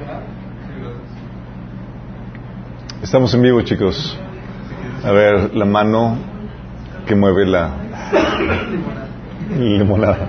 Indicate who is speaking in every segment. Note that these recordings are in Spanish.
Speaker 1: Estamos en vivo, chicos. A ver, la mano que mueve la limonada.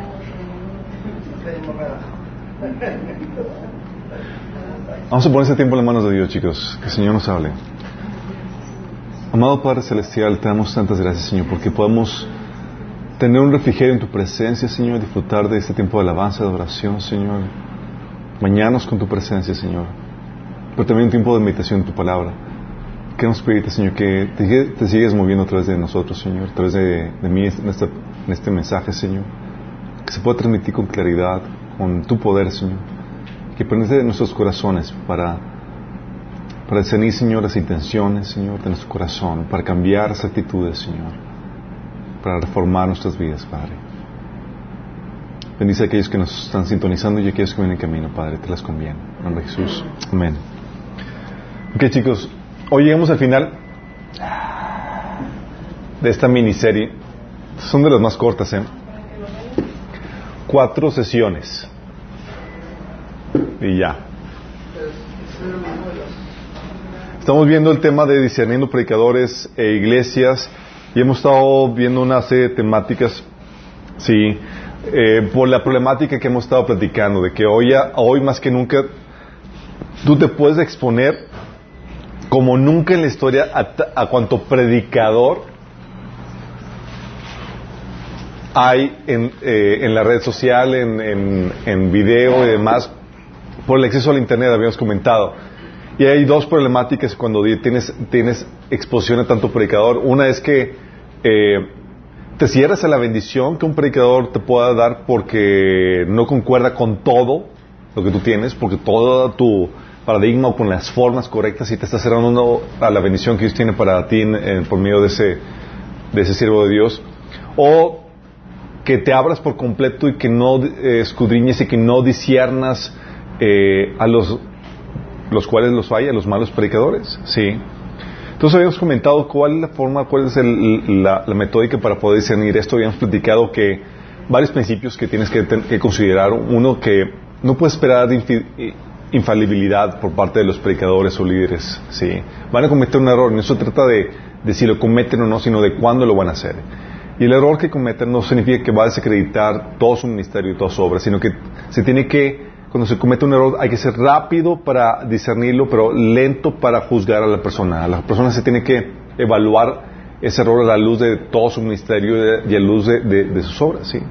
Speaker 1: Vamos a poner ese tiempo en las manos de Dios, chicos. Que el Señor nos hable. Amado Padre Celestial, te damos tantas gracias, Señor, porque podemos tener un refrigerio en tu presencia, Señor, disfrutar de este tiempo de alabanza, de oración, Señor. Bañarnos con tu presencia, Señor. Pero también un tiempo de meditación en tu palabra. Que nos permite, Señor, que te sigues moviendo a través de nosotros, Señor, a través de mí en este mensaje, Señor. Que se pueda transmitir con claridad, con tu poder, Señor. Que penetre en nuestros corazones para discernir, Señor, las intenciones, Señor, de nuestro corazón, para cambiar las actitudes, Señor, para reformar nuestras vidas, Padre. Bendice a aquellos que nos están sintonizando y a aquellos que vienen en camino, Padre, te las conviene. En nombre de Jesús. Amén. Ok, chicos, hoy llegamos al final de esta miniserie. Son de las más cortas, 4 sesiones. Y ya. Estamos viendo el tema de discerniendo predicadores e iglesias y hemos estado viendo una serie de temáticas, sí, por la problemática que hemos estado platicando, de que hoy más que nunca tú te puedes exponer como nunca en la historia a cuanto predicador hay en la red social, en video y demás, por el acceso al internet, habíamos comentado. Y hay 2 problemáticas cuando tienes exposición a tanto predicador. Una es que te cierras a la bendición que un predicador te pueda dar porque no concuerda con todo lo que tú tienes, porque todo tu paradigma o con las formas correctas, y te estás cerrando a la bendición que Dios tiene para ti por medio de ese siervo de Dios. O que te abras por completo y que no escudriñes y que no disciernas a los cuales los hay, a los malos predicadores, ¿sí? Entonces habíamos comentado cuál es la forma, cuál es la metódica para poder discernir esto. Habíamos platicado que varios principios que tienes que considerar. Uno, que no puedes esperar infalibilidad por parte de los predicadores o líderes, ¿sí? Van a cometer un error, no se trata de si lo cometen o no, sino de cuándo lo van a hacer. Y el error que cometen no significa que va a desacreditar todo su ministerio y toda su obra, sino que se tiene que, cuando se comete un error, hay que ser rápido para discernirlo, pero lento para juzgar a la persona. A la persona se tiene que evaluar ese error a la luz de todo su ministerio y a la luz de sus obras, ¿sí?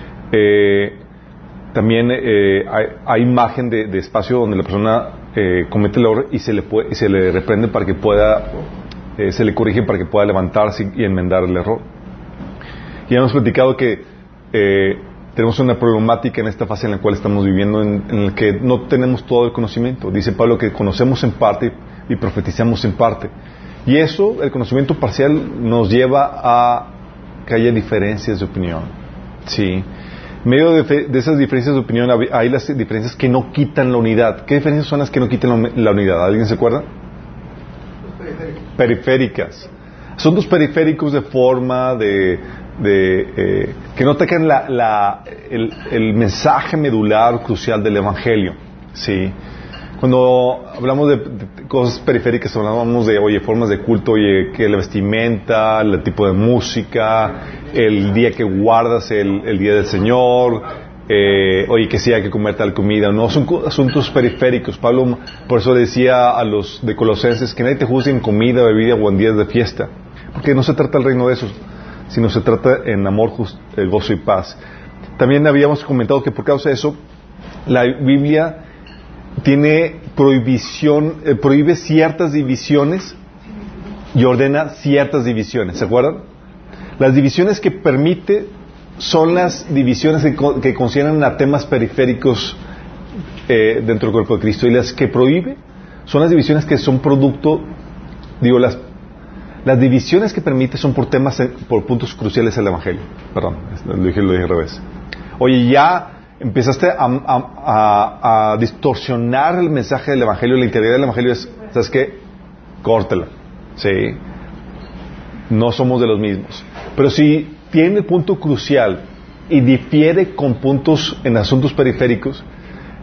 Speaker 1: También hay imagen de espacio donde la persona comete el error y se le reprende para que pueda, se le corrige para que pueda levantarse y enmendar el error. Y hemos platicado que tenemos una problemática en esta fase en la cual estamos viviendo, en la que no tenemos todo el conocimiento. Dice Pablo que conocemos en parte y profetizamos en parte. Y eso, el conocimiento parcial, nos lleva a que haya diferencias de opinión. Sí. En medio de esas diferencias de opinión hay las diferencias que no quitan la unidad. ¿Qué diferencias son las que no quitan la unidad? ¿Alguien se acuerda? Periféricas. Asuntos periféricos de forma, que no tocan el mensaje medular crucial del Evangelio, ¿sí? Cuando hablamos de cosas periféricas, hablamos de, formas de culto, que la vestimenta, el tipo de música, el día que guardas el día del Señor, que sí hay que comer tal comida. No, son asuntos periféricos. Pablo por eso decía a los de Colosenses que nadie te juzgue en comida, bebida o en días de fiesta, porque no se trata el reino de eso, sino se trata en amor, gozo y paz. También habíamos comentado que por causa de eso, la Biblia tiene prohíbe ciertas divisiones y ordena ciertas divisiones. ¿Se acuerdan? Las divisiones que permite son las divisiones que consideran a temas periféricos dentro del cuerpo de Cristo, y las que prohíbe son las divisiones que son producto, las divisiones que permite son por puntos cruciales del Evangelio. Perdón, lo dije al revés. Ya empezaste a distorsionar el mensaje del Evangelio, la integridad del Evangelio. ¿Sabes qué? Córtela. ¿Sí? No somos de los mismos. Pero si tiene el punto crucial y difiere con puntos en asuntos periféricos,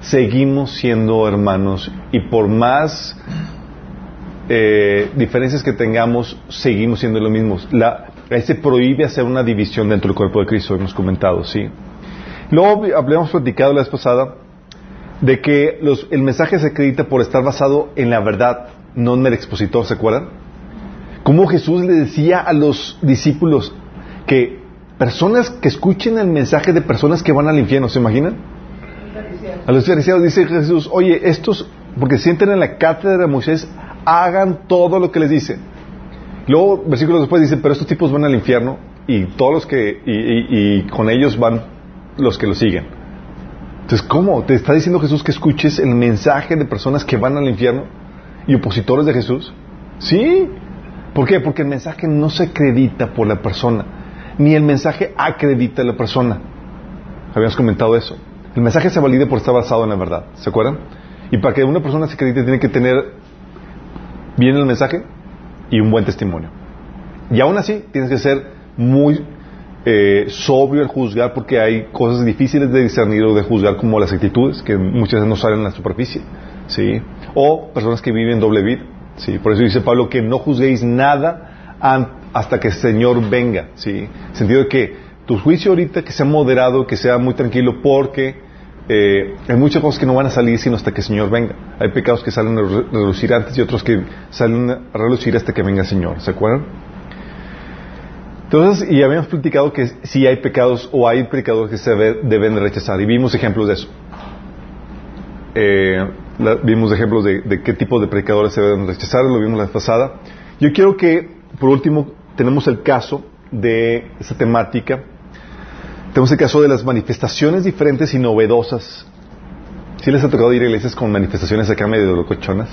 Speaker 1: seguimos siendo hermanos y por más diferencias que tengamos, seguimos siendo los mismos. Ahí se prohíbe hacer una división dentro del cuerpo de Cristo, hemos comentado, ¿sí? Luego habíamos platicado la vez pasada de que el mensaje se acredita por estar basado en la verdad, no en el expositor, ¿se acuerdan? Como Jesús le decía a los discípulos que personas que escuchen el mensaje de personas que van al infierno, ¿se imaginan? A los fariseos dice Jesús, oye, estos, porque se sienten en la cátedra de Moisés, hagan todo lo que les dice. Luego, versículos después dice, pero estos tipos van al infierno y todos los que, y con ellos van los que lo siguen. Entonces, ¿cómo? ¿Te está diciendo Jesús que escuches el mensaje de personas que van al infierno y opositores de Jesús? Sí. ¿Por qué? Porque el mensaje no se acredita por la persona, ni el mensaje acredita a la persona. Habíamos comentado eso. El mensaje se valida por estar basado en la verdad. ¿Se acuerdan? Y para que una persona se acredite tiene que tener bien el mensaje y un buen testimonio. Y aún así tienes que ser muy sobrio al juzgar, porque hay cosas difíciles de discernir o de juzgar, como las actitudes que muchas veces no salen en la superficie, ¿sí? O personas que viven doble vida, ¿sí? Por eso dice Pablo que no juzguéis nada hasta que el Señor venga, ¿sí? En el sentido de que tu juicio ahorita que sea moderado, que sea muy tranquilo, porque hay muchas cosas que no van a salir sino hasta que el Señor venga. Hay pecados que salen a relucir antes y otros que salen a relucir hasta que venga el Señor. ¿Se acuerdan? Entonces, y habíamos platicado que si hay pecados o hay pecadores que se deben de rechazar, y vimos ejemplos de eso. Vimos ejemplos de qué tipo de pecadores se deben rechazar, lo vimos la vez pasada. Yo quiero que, por último, tenemos el caso de esa temática. Tenemos el caso de las manifestaciones diferentes y novedosas. ¿Sí les ha tocado ir a iglesias con manifestaciones acá medio locochonas?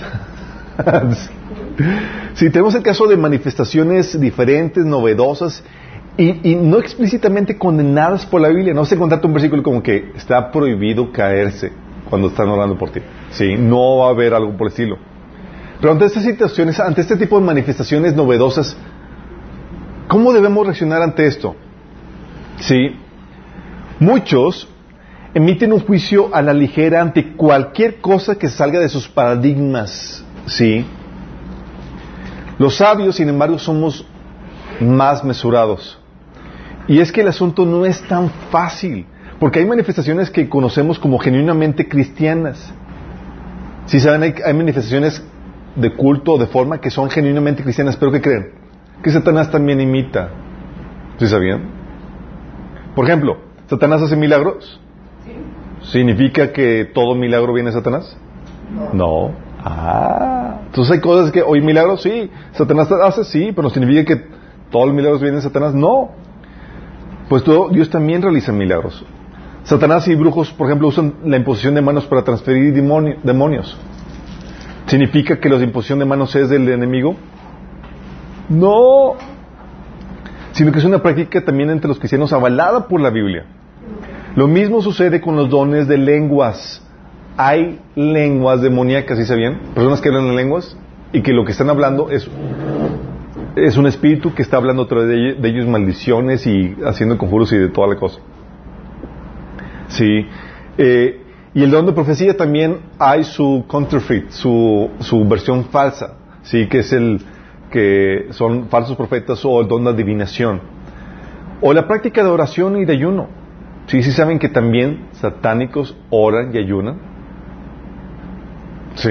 Speaker 1: Sí, tenemos el caso de manifestaciones diferentes, novedosas y no explícitamente condenadas por la Biblia. No se encontrarte un versículo como que está prohibido caerse cuando están orando por ti. Sí, no va a haber algo por el estilo. Pero ante estas situaciones, ante este tipo de manifestaciones novedosas, ¿cómo debemos reaccionar ante esto? Sí, muchos emiten un juicio a la ligera ante cualquier cosa que salga de sus paradigmas. Sí. Los sabios, sin embargo, somos más mesurados. Y es que el asunto no es tan fácil, porque hay manifestaciones que conocemos como genuinamente cristianas. Si saben, hay manifestaciones de culto o de forma que son genuinamente cristianas, pero ¿qué creen? Que Satanás también imita. ¿Sí sabían? Por ejemplo, ¿Satanás hace milagros? ¿Significa que todo milagro viene de Satanás? No. Entonces hay cosas que, oye, milagros, sí. ¿Satanás hace? Sí, pero ¿significa que todos los milagros vienen de Satanás? No. Pues Dios también realiza milagros. Satanás y brujos, por ejemplo, usan la imposición de manos para transferir demonios. ¿Significa que la imposición de manos es del enemigo? No. Sino que es una práctica también entre los cristianos avalada por la Biblia. Lo mismo sucede con los dones de lenguas. Hay lenguas demoníacas, ¿sí sabían? Personas que hablan en lenguas y que lo que están hablando es un espíritu que está hablando a través de ellos maldiciones y haciendo conjuros y de toda la cosa. Sí. Y el don de profecía también hay su counterfeit, su versión falsa, sí, que es que son falsos profetas, o el don de adivinación, o la práctica de oración y de ayuno. Sí saben que también satánicos oran y ayunan. Sí.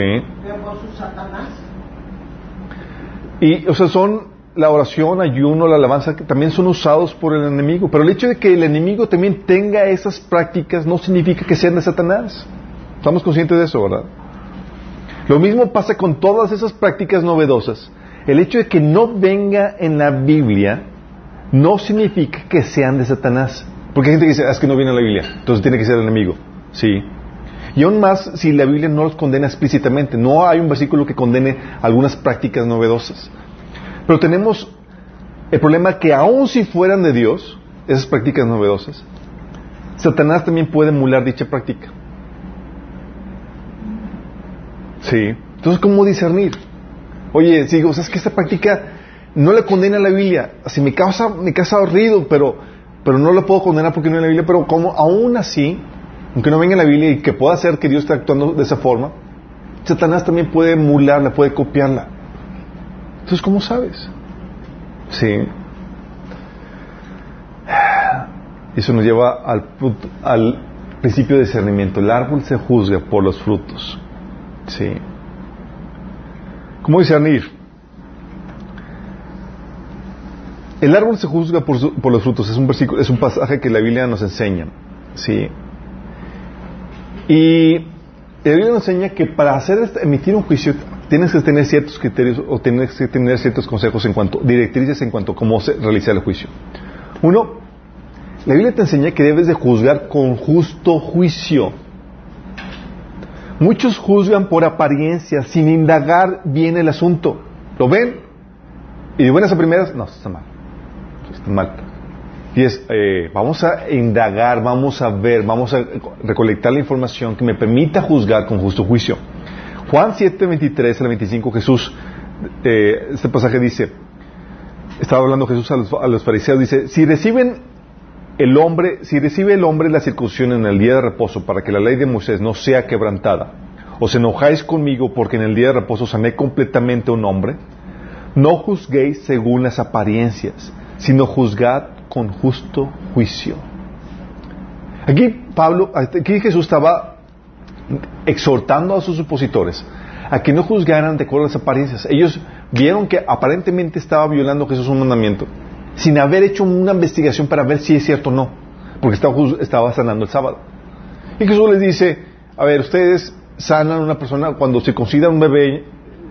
Speaker 1: Y, o sea, son la oración, ayuno, la alabanza, que también son usados por el enemigo. Pero el hecho de que el enemigo también tenga esas prácticas no significa que sean de Satanás. Estamos conscientes de eso, ¿verdad? Lo mismo pasa con todas esas prácticas novedosas. El hecho de que no venga en la Biblia no significa que sean de Satanás. Porque hay gente que dice, es que no viene en la Biblia, entonces tiene que ser el enemigo. Sí. Y aún más si la Biblia no los condena explícitamente. No hay un versículo que condene algunas prácticas novedosas. Pero tenemos el problema que aun si fueran de Dios, esas prácticas novedosas, Satanás también puede emular dicha práctica. Sí. Entonces, ¿cómo discernir? Oye, si digo, ¿sabes que esta práctica no la condena la Biblia? Así me causa ruido, pero no la puedo condenar porque no es la Biblia. Pero como aún así, aunque no venga en la Biblia y que pueda ser que Dios esté actuando de esa forma, Satanás también puede emularla, puede copiarla. Entonces, ¿cómo sabes? Sí. Eso nos lleva al principio de discernimiento. El árbol se juzga por los frutos. Sí. ¿Cómo discernir? El árbol se juzga por los frutos. Es un versículo, es un pasaje que la Biblia nos enseña. Sí. Y la Biblia nos enseña que para emitir un juicio tienes que tener ciertos criterios o tienes que tener ciertos consejos directrices en cuanto a cómo se realiza el juicio. Uno, la Biblia te enseña que debes de juzgar con justo juicio. Muchos juzgan por apariencia, sin indagar bien el asunto. ¿Lo ven? Y de buenas a primeras, no, está mal. Está mal. Y vamos a indagar, vamos a ver, vamos a recolectar la información que me permita juzgar con justo juicio. Juan 7, 23 al 25, Jesús, este pasaje dice, estaba hablando Jesús a los fariseos, dice, si recibe el hombre la circuncisión en el día de reposo para que la ley de Moisés no sea quebrantada, os enojáis conmigo porque en el día de reposo sané completamente a un hombre, no juzguéis según las apariencias, sino juzgad con justo juicio. Aquí Jesús estaba exhortando a sus opositores a que no juzgaran de acuerdo a las apariencias. Ellos vieron que aparentemente estaba violando Jesús un mandamiento sin haber hecho una investigación para ver si es cierto o no, porque estaba sanando el sábado. Y Jesús les dice, a ver, ustedes sanan a una persona cuando se considera un bebé,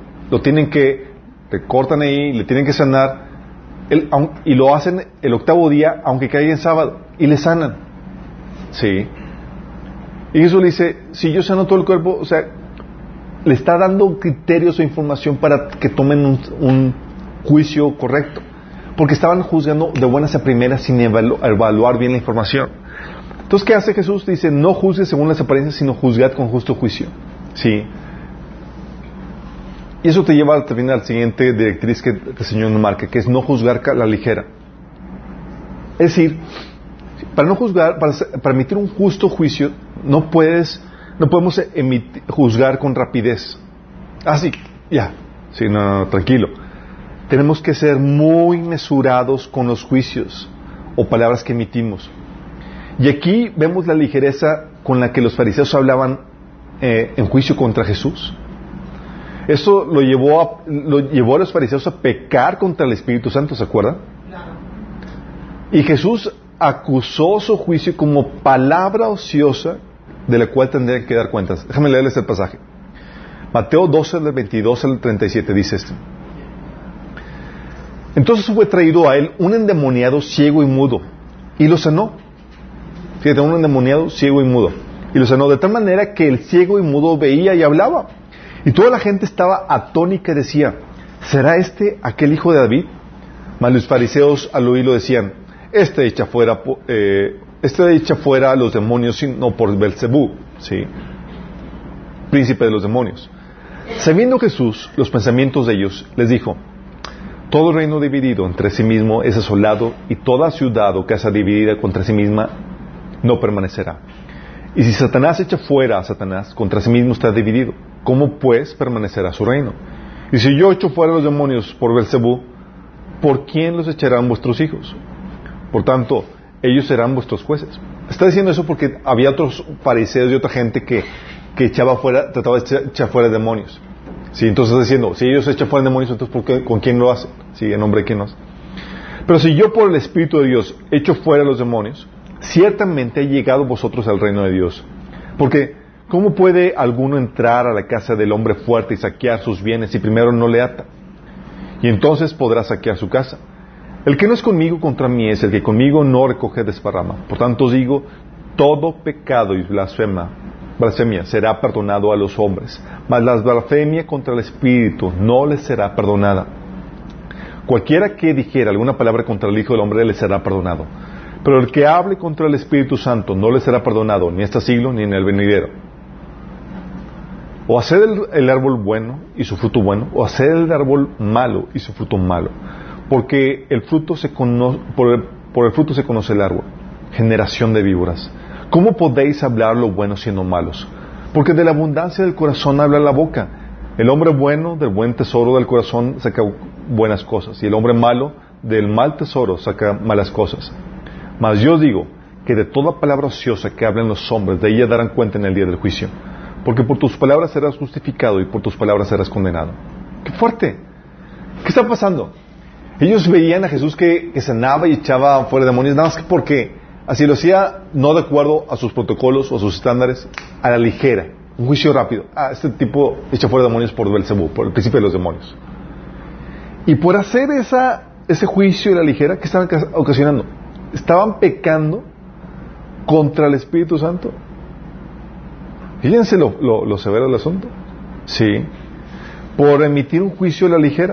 Speaker 1: le cortan ahí, le tienen que sanar, y lo hacen el 8º día, aunque caiga en sábado, y le sanan. Sí. Y Jesús le dice, si yo sano todo el cuerpo, o sea, le está dando criterios o información para que tomen un juicio correcto. Porque estaban juzgando de buenas a primeras sin evaluar bien la información. Entonces, ¿qué hace Jesús? Dice, no juzgues según las apariencias, sino juzgad con justo juicio. Sí. Y eso te lleva también a la siguiente directriz que el Señor nos marca, que es no juzgar a la ligera. Es decir, para no juzgar, para emitir un justo juicio, no podemos juzgar con rapidez. Sí, ya. Sí, no, tranquilo. Tenemos que ser muy mesurados con los juicios o palabras que emitimos. Y aquí vemos la ligereza con la que los fariseos hablaban en juicio contra Jesús. Eso lo llevó a los fariseos a pecar contra el Espíritu Santo, ¿se acuerdan? Y Jesús acusó su juicio como palabra ociosa de la cual tendrían que dar cuentas. Déjame leerles el pasaje. Mateo 12, del 22 al 37 dice esto. Entonces fue traído a él un endemoniado ciego y mudo, y lo sanó. Fíjate, un endemoniado ciego y mudo, y lo sanó de tal manera que el ciego y mudo veía y hablaba. Y toda la gente estaba atónica y decía, ¿será este aquel hijo de David? Mas los fariseos al oírlo decían, este echa fuera a los demonios, sino por Belcebú, ¿sí? Príncipe de los demonios. Sabiendo Jesús los pensamientos de ellos, les dijo, todo reino dividido entre sí mismo es asolado, y toda ciudad o casa dividida contra sí misma no permanecerá. Y si Satanás echa fuera a Satanás, contra sí mismo está dividido. ¿Cómo pues permanecerá su reino? Y si yo echo fuera a los demonios por Belcebú, ¿por quién los echarán vuestros hijos? Por tanto, ellos serán vuestros jueces. Está diciendo eso porque había otros fariseos y otra gente que trataba de echar fuera demonios. Sí, entonces está diciendo, si ellos echan fuera demonios, entonces ¿con quién lo hacen? Sí, en nombre de quién lo hacen. Pero si yo por el Espíritu de Dios echo fuera los demonios, ciertamente he llegado vosotros al reino de Dios. Porque, ¿cómo puede alguno entrar a la casa del hombre fuerte y saquear sus bienes si primero no le ata? Y entonces podrá saquear su casa. El que no es conmigo contra mí es, el que conmigo no recoge desparrama. Por tanto os digo, todo pecado y blasfemia será perdonado a los hombres, mas la blasfemia contra el Espíritu no les será perdonada. Cualquiera que dijera alguna palabra contra el Hijo del Hombre le será perdonado. Pero el que hable contra el Espíritu Santo no le será perdonado, ni en este siglo ni en el venidero. O haced el árbol bueno y su fruto bueno, o haced el árbol malo y su fruto malo. Porque por el fruto se conoce el árbol. Generación de víboras. ¿Cómo podéis hablar lo bueno siendo malos? Porque de la abundancia del corazón habla la boca. El hombre bueno del buen tesoro del corazón saca buenas cosas, y el hombre malo del mal tesoro saca malas cosas. Mas yo os digo que de toda palabra ociosa que hablen los hombres, de ella darán cuenta en el día del juicio. Porque por tus palabras serás justificado y por tus palabras serás condenado. ¡Qué fuerte! ¿Qué está pasando? Ellos veían a Jesús que sanaba y echaba fuera demonios, nada más que porque así lo hacía, no de acuerdo a sus protocolos o a sus estándares, a la ligera, un juicio rápido. Este tipo echa fuera demonios por Belcebú, por el príncipe de los demonios. Y por hacer ese juicio a la ligera, ¿qué estaban ocasionando? Estaban pecando contra el Espíritu Santo. Fíjense lo severo del asunto. Sí. Por emitir un juicio a la ligera.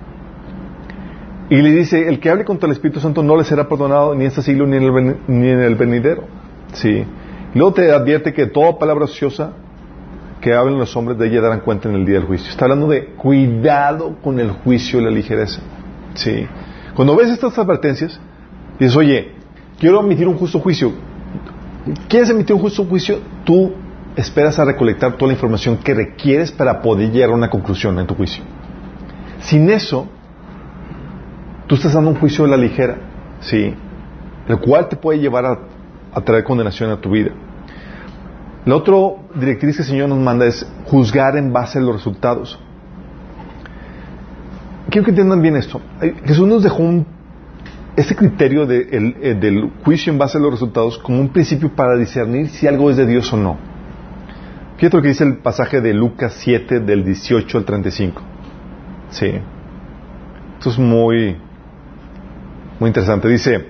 Speaker 1: Y le dice, el que hable contra el Espíritu Santo no le será perdonado ni en este siglo ni en el venidero. Sí. Y luego te advierte que toda palabra ociosa que hablen los hombres, de ella darán cuenta en el día del juicio. Está hablando de cuidado con el juicio y la ligereza. Sí. Cuando ves estas advertencias, dices, oye, quiero emitir un justo juicio. ¿Quieres emitir un justo juicio? Tú esperas a recolectar toda la información que requieres para poder llegar a una conclusión en tu juicio. Sin eso, tú estás dando un juicio a la ligera, ¿sí? El cual te puede llevar a traer condenación a tu vida. La otra directriz que el Señor nos manda es juzgar en base a los resultados. Quiero que entiendan bien esto. Jesús nos dejó este criterio del juicio en base a los resultados como un principio para discernir si algo es de Dios o no. Fíjate lo que dice el pasaje de Lucas 7, del 18 al 35. Sí. Esto es muy interesante. Dice,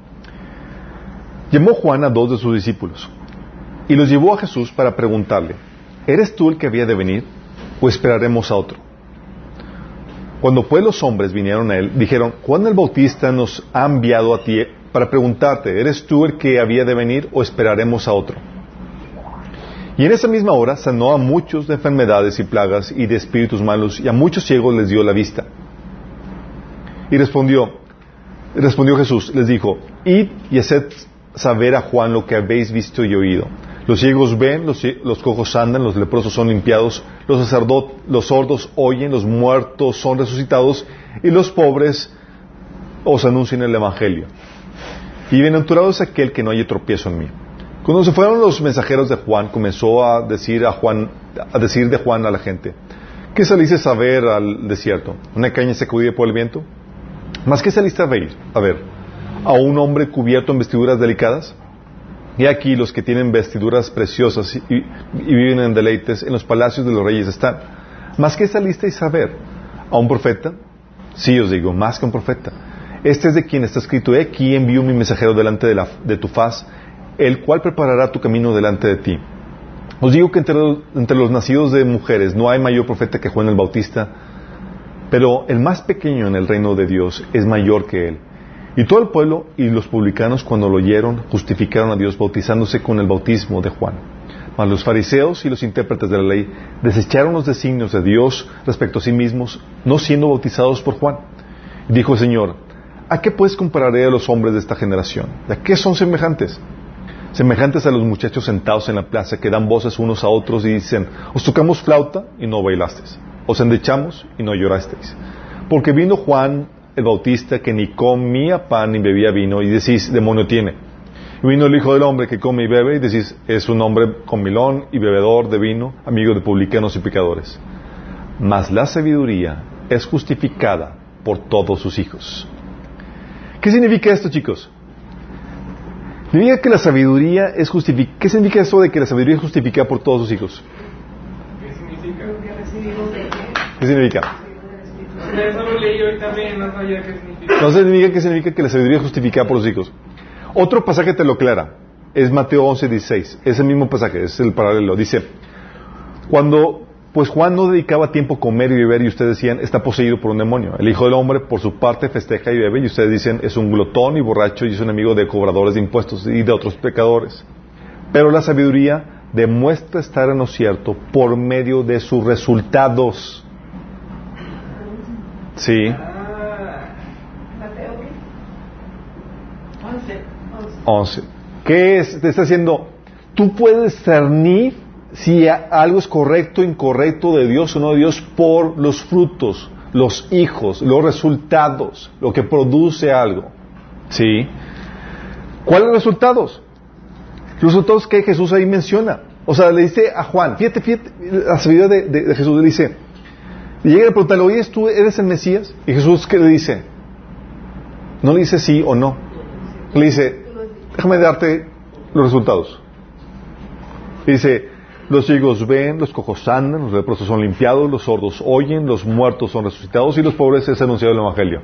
Speaker 1: llamó Juan a 2 de sus discípulos y los llevó a Jesús para preguntarle, ¿eres tú el que había de venir o esperaremos a otro? Cuando pues los hombres vinieron a él, dijeron, Juan el Bautista nos ha enviado a ti para preguntarte, ¿eres tú el que había de venir o esperaremos a otro? Y en esa misma hora sanó a muchos de enfermedades y plagas y de espíritus malos, y a muchos ciegos les dio la vista. Y respondió Jesús, les dijo, id y haced saber a Juan lo que habéis visto y oído. Los ciegos ven, los cojos andan, los leprosos son limpiados, los sordos oyen, los muertos son resucitados, y los pobres os anuncian el Evangelio. Y bienaventurado es aquel que no haya tropiezo en mí. Cuando se fueron los mensajeros de Juan, comenzó a decir de Juan a la gente, ¿qué saliste a saber al desierto? ¿Una caña sacudida por el viento? ¿Más qué saliste a ver? ¿A un hombre cubierto en vestiduras delicadas? Y aquí los que tienen vestiduras preciosas y viven en deleites, en los palacios de los reyes están. ¿Más qué salisteis a ver? ¿A un profeta? Sí, os digo, más que un profeta. Este es de quien está escrito, he aquí envío mi mensajero delante de tu faz, el cual preparará tu camino delante de ti. Os digo que entre los nacidos de mujeres no hay mayor profeta que Juan el Bautista, pero el más pequeño en el reino de Dios es mayor que él. Y todo el pueblo y los publicanos, cuando lo oyeron, justificaron a Dios bautizándose con el bautismo de Juan. Mas los fariseos y los intérpretes de la ley desecharon los designios de Dios respecto a sí mismos, no siendo bautizados por Juan. Y dijo el Señor, ¿a qué pues compararé a los hombres de esta generación? ¿A qué son semejantes? Semejantes a los muchachos sentados en la plaza que dan voces unos a otros y dicen, os tocamos flauta y no bailasteis, os endechamos y no llorasteis. Porque vino Juan el Bautista que ni comía pan ni bebía vino y decís, demonio tiene. Y vino el Hijo del Hombre que come y bebe y decís, es un hombre comilón y bebedor de vino, amigo de publicanos y pecadores. Mas la sabiduría es justificada por todos sus hijos. ¿Qué significa esto, chicos? Significa que la sabiduría es justificada. ¿Qué significa eso de que la sabiduría es justificada por todos sus hijos?
Speaker 2: ¿Qué significa?
Speaker 1: ¿Qué significa?
Speaker 2: Eso lo leí hoy también, no sabía qué significa.
Speaker 1: No significa que significa que la sabiduría es justificada por los hijos. Otro pasaje te lo aclara. Es Mateo 11:16. Es el mismo pasaje, es el paralelo. Dice, cuando pues Juan no dedicaba tiempo a comer y beber y ustedes decían, está poseído por un demonio. El Hijo del Hombre por su parte festeja y bebe y ustedes dicen, es un glotón y borracho y es un amigo de cobradores de impuestos y de otros pecadores. Pero la sabiduría demuestra estar en lo cierto por medio de sus resultados. Sí.
Speaker 3: Mateo
Speaker 1: 11. ¿Qué ¿Qué es? Te está diciendo, tú puedes discernir si algo es correcto o incorrecto de Dios o no de Dios por los frutos, los hijos, los resultados, lo que produce algo. ¿Sí? ¿Cuáles resultados? Los resultados que Jesús ahí menciona. O sea, le dice a Juan, fíjate, la sabiduría de Jesús, le dice, y llega a preguntarle, oye, ¿tú eres el Mesías? Y Jesús, ¿qué le dice? No le dice sí o no. Le dice, déjame darte los resultados. Y dice, los ciegos ven, los cojos andan, los leprosos son limpiados, los sordos oyen, los muertos son resucitados y los pobres es anunciado el Evangelio.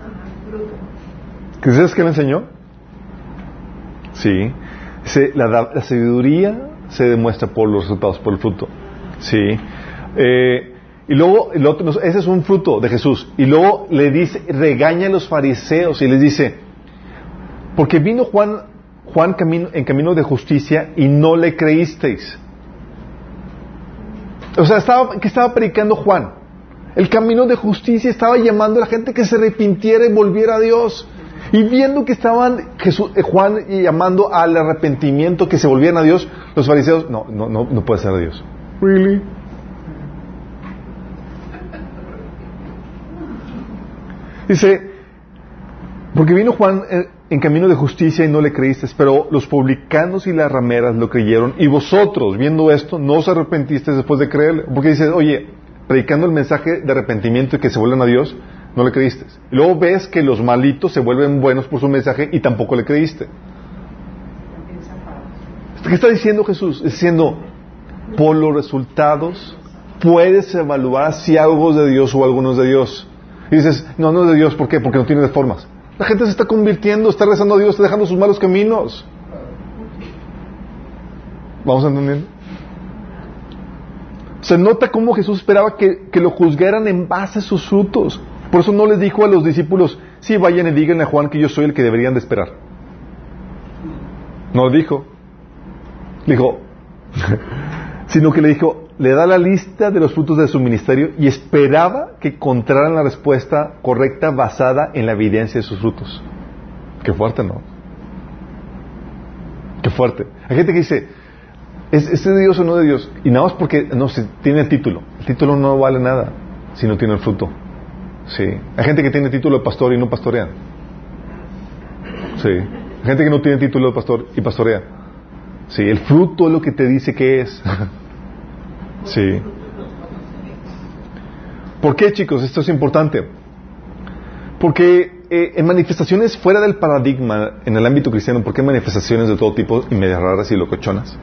Speaker 1: ¿Qué sabes qué le enseñó? Sí. Dice, la sabiduría se demuestra por los resultados, por el fruto. Sí. Y luego, el otro, ese es un fruto de Jesús. Y luego le dice, regaña a los fariseos y les dice, porque vino Juan en camino de justicia y no le creísteis. O sea, ¿qué estaba predicando Juan? El camino de justicia, estaba llamando a la gente que se arrepintiera y volviera a Dios. Y viendo que estaban Juan llamando al arrepentimiento, que se volvieran a Dios, los fariseos, no puede ser a Dios. ¿Really? Dice, porque vino Juan en camino de justicia y no le creísteis, pero los publicanos y las rameras lo creyeron, y vosotros, viendo esto, no os arrepentisteis después de creerle. Porque dice, oye, predicando el mensaje de arrepentimiento y que se vuelvan a Dios, no le creíste. Y luego ves que los malitos se vuelven buenos por su mensaje y tampoco le creíste. ¿Qué está diciendo Jesús? Está diciendo, por los resultados puedes evaluar si algo es de Dios o alguno es de Dios. Y dices, no es de Dios, ¿por qué? Porque no tiene formas. La gente se está convirtiendo, está rezando a Dios, está dejando sus malos caminos. ¿Vamos entendiendo? Se nota cómo Jesús esperaba que lo juzgaran en base a sus frutos. Por eso no les dijo a los discípulos, sí, vayan y díganle a Juan que yo soy el que deberían de esperar. No lo dijo. Dijo, sino que le dijo, le da la lista de los frutos de su ministerio y esperaba que encontraran la respuesta correcta basada en la evidencia de sus frutos. Qué fuerte, ¿no? Qué fuerte. Hay gente que dice, ¿es de Dios o no de Dios? Y nada más porque no se tiene el título. El título no vale nada si no tiene el fruto. Sí. Hay gente que tiene título de pastor y no pastorea. Sí. Hay gente que no tiene título de pastor y pastorea. Sí. El fruto es lo que te dice que es. Sí. ¿Por qué, chicos? Esto es importante. Porque en manifestaciones fuera del paradigma, en el ámbito cristiano, ¿por qué manifestaciones de todo tipo y medias raras y locochonas?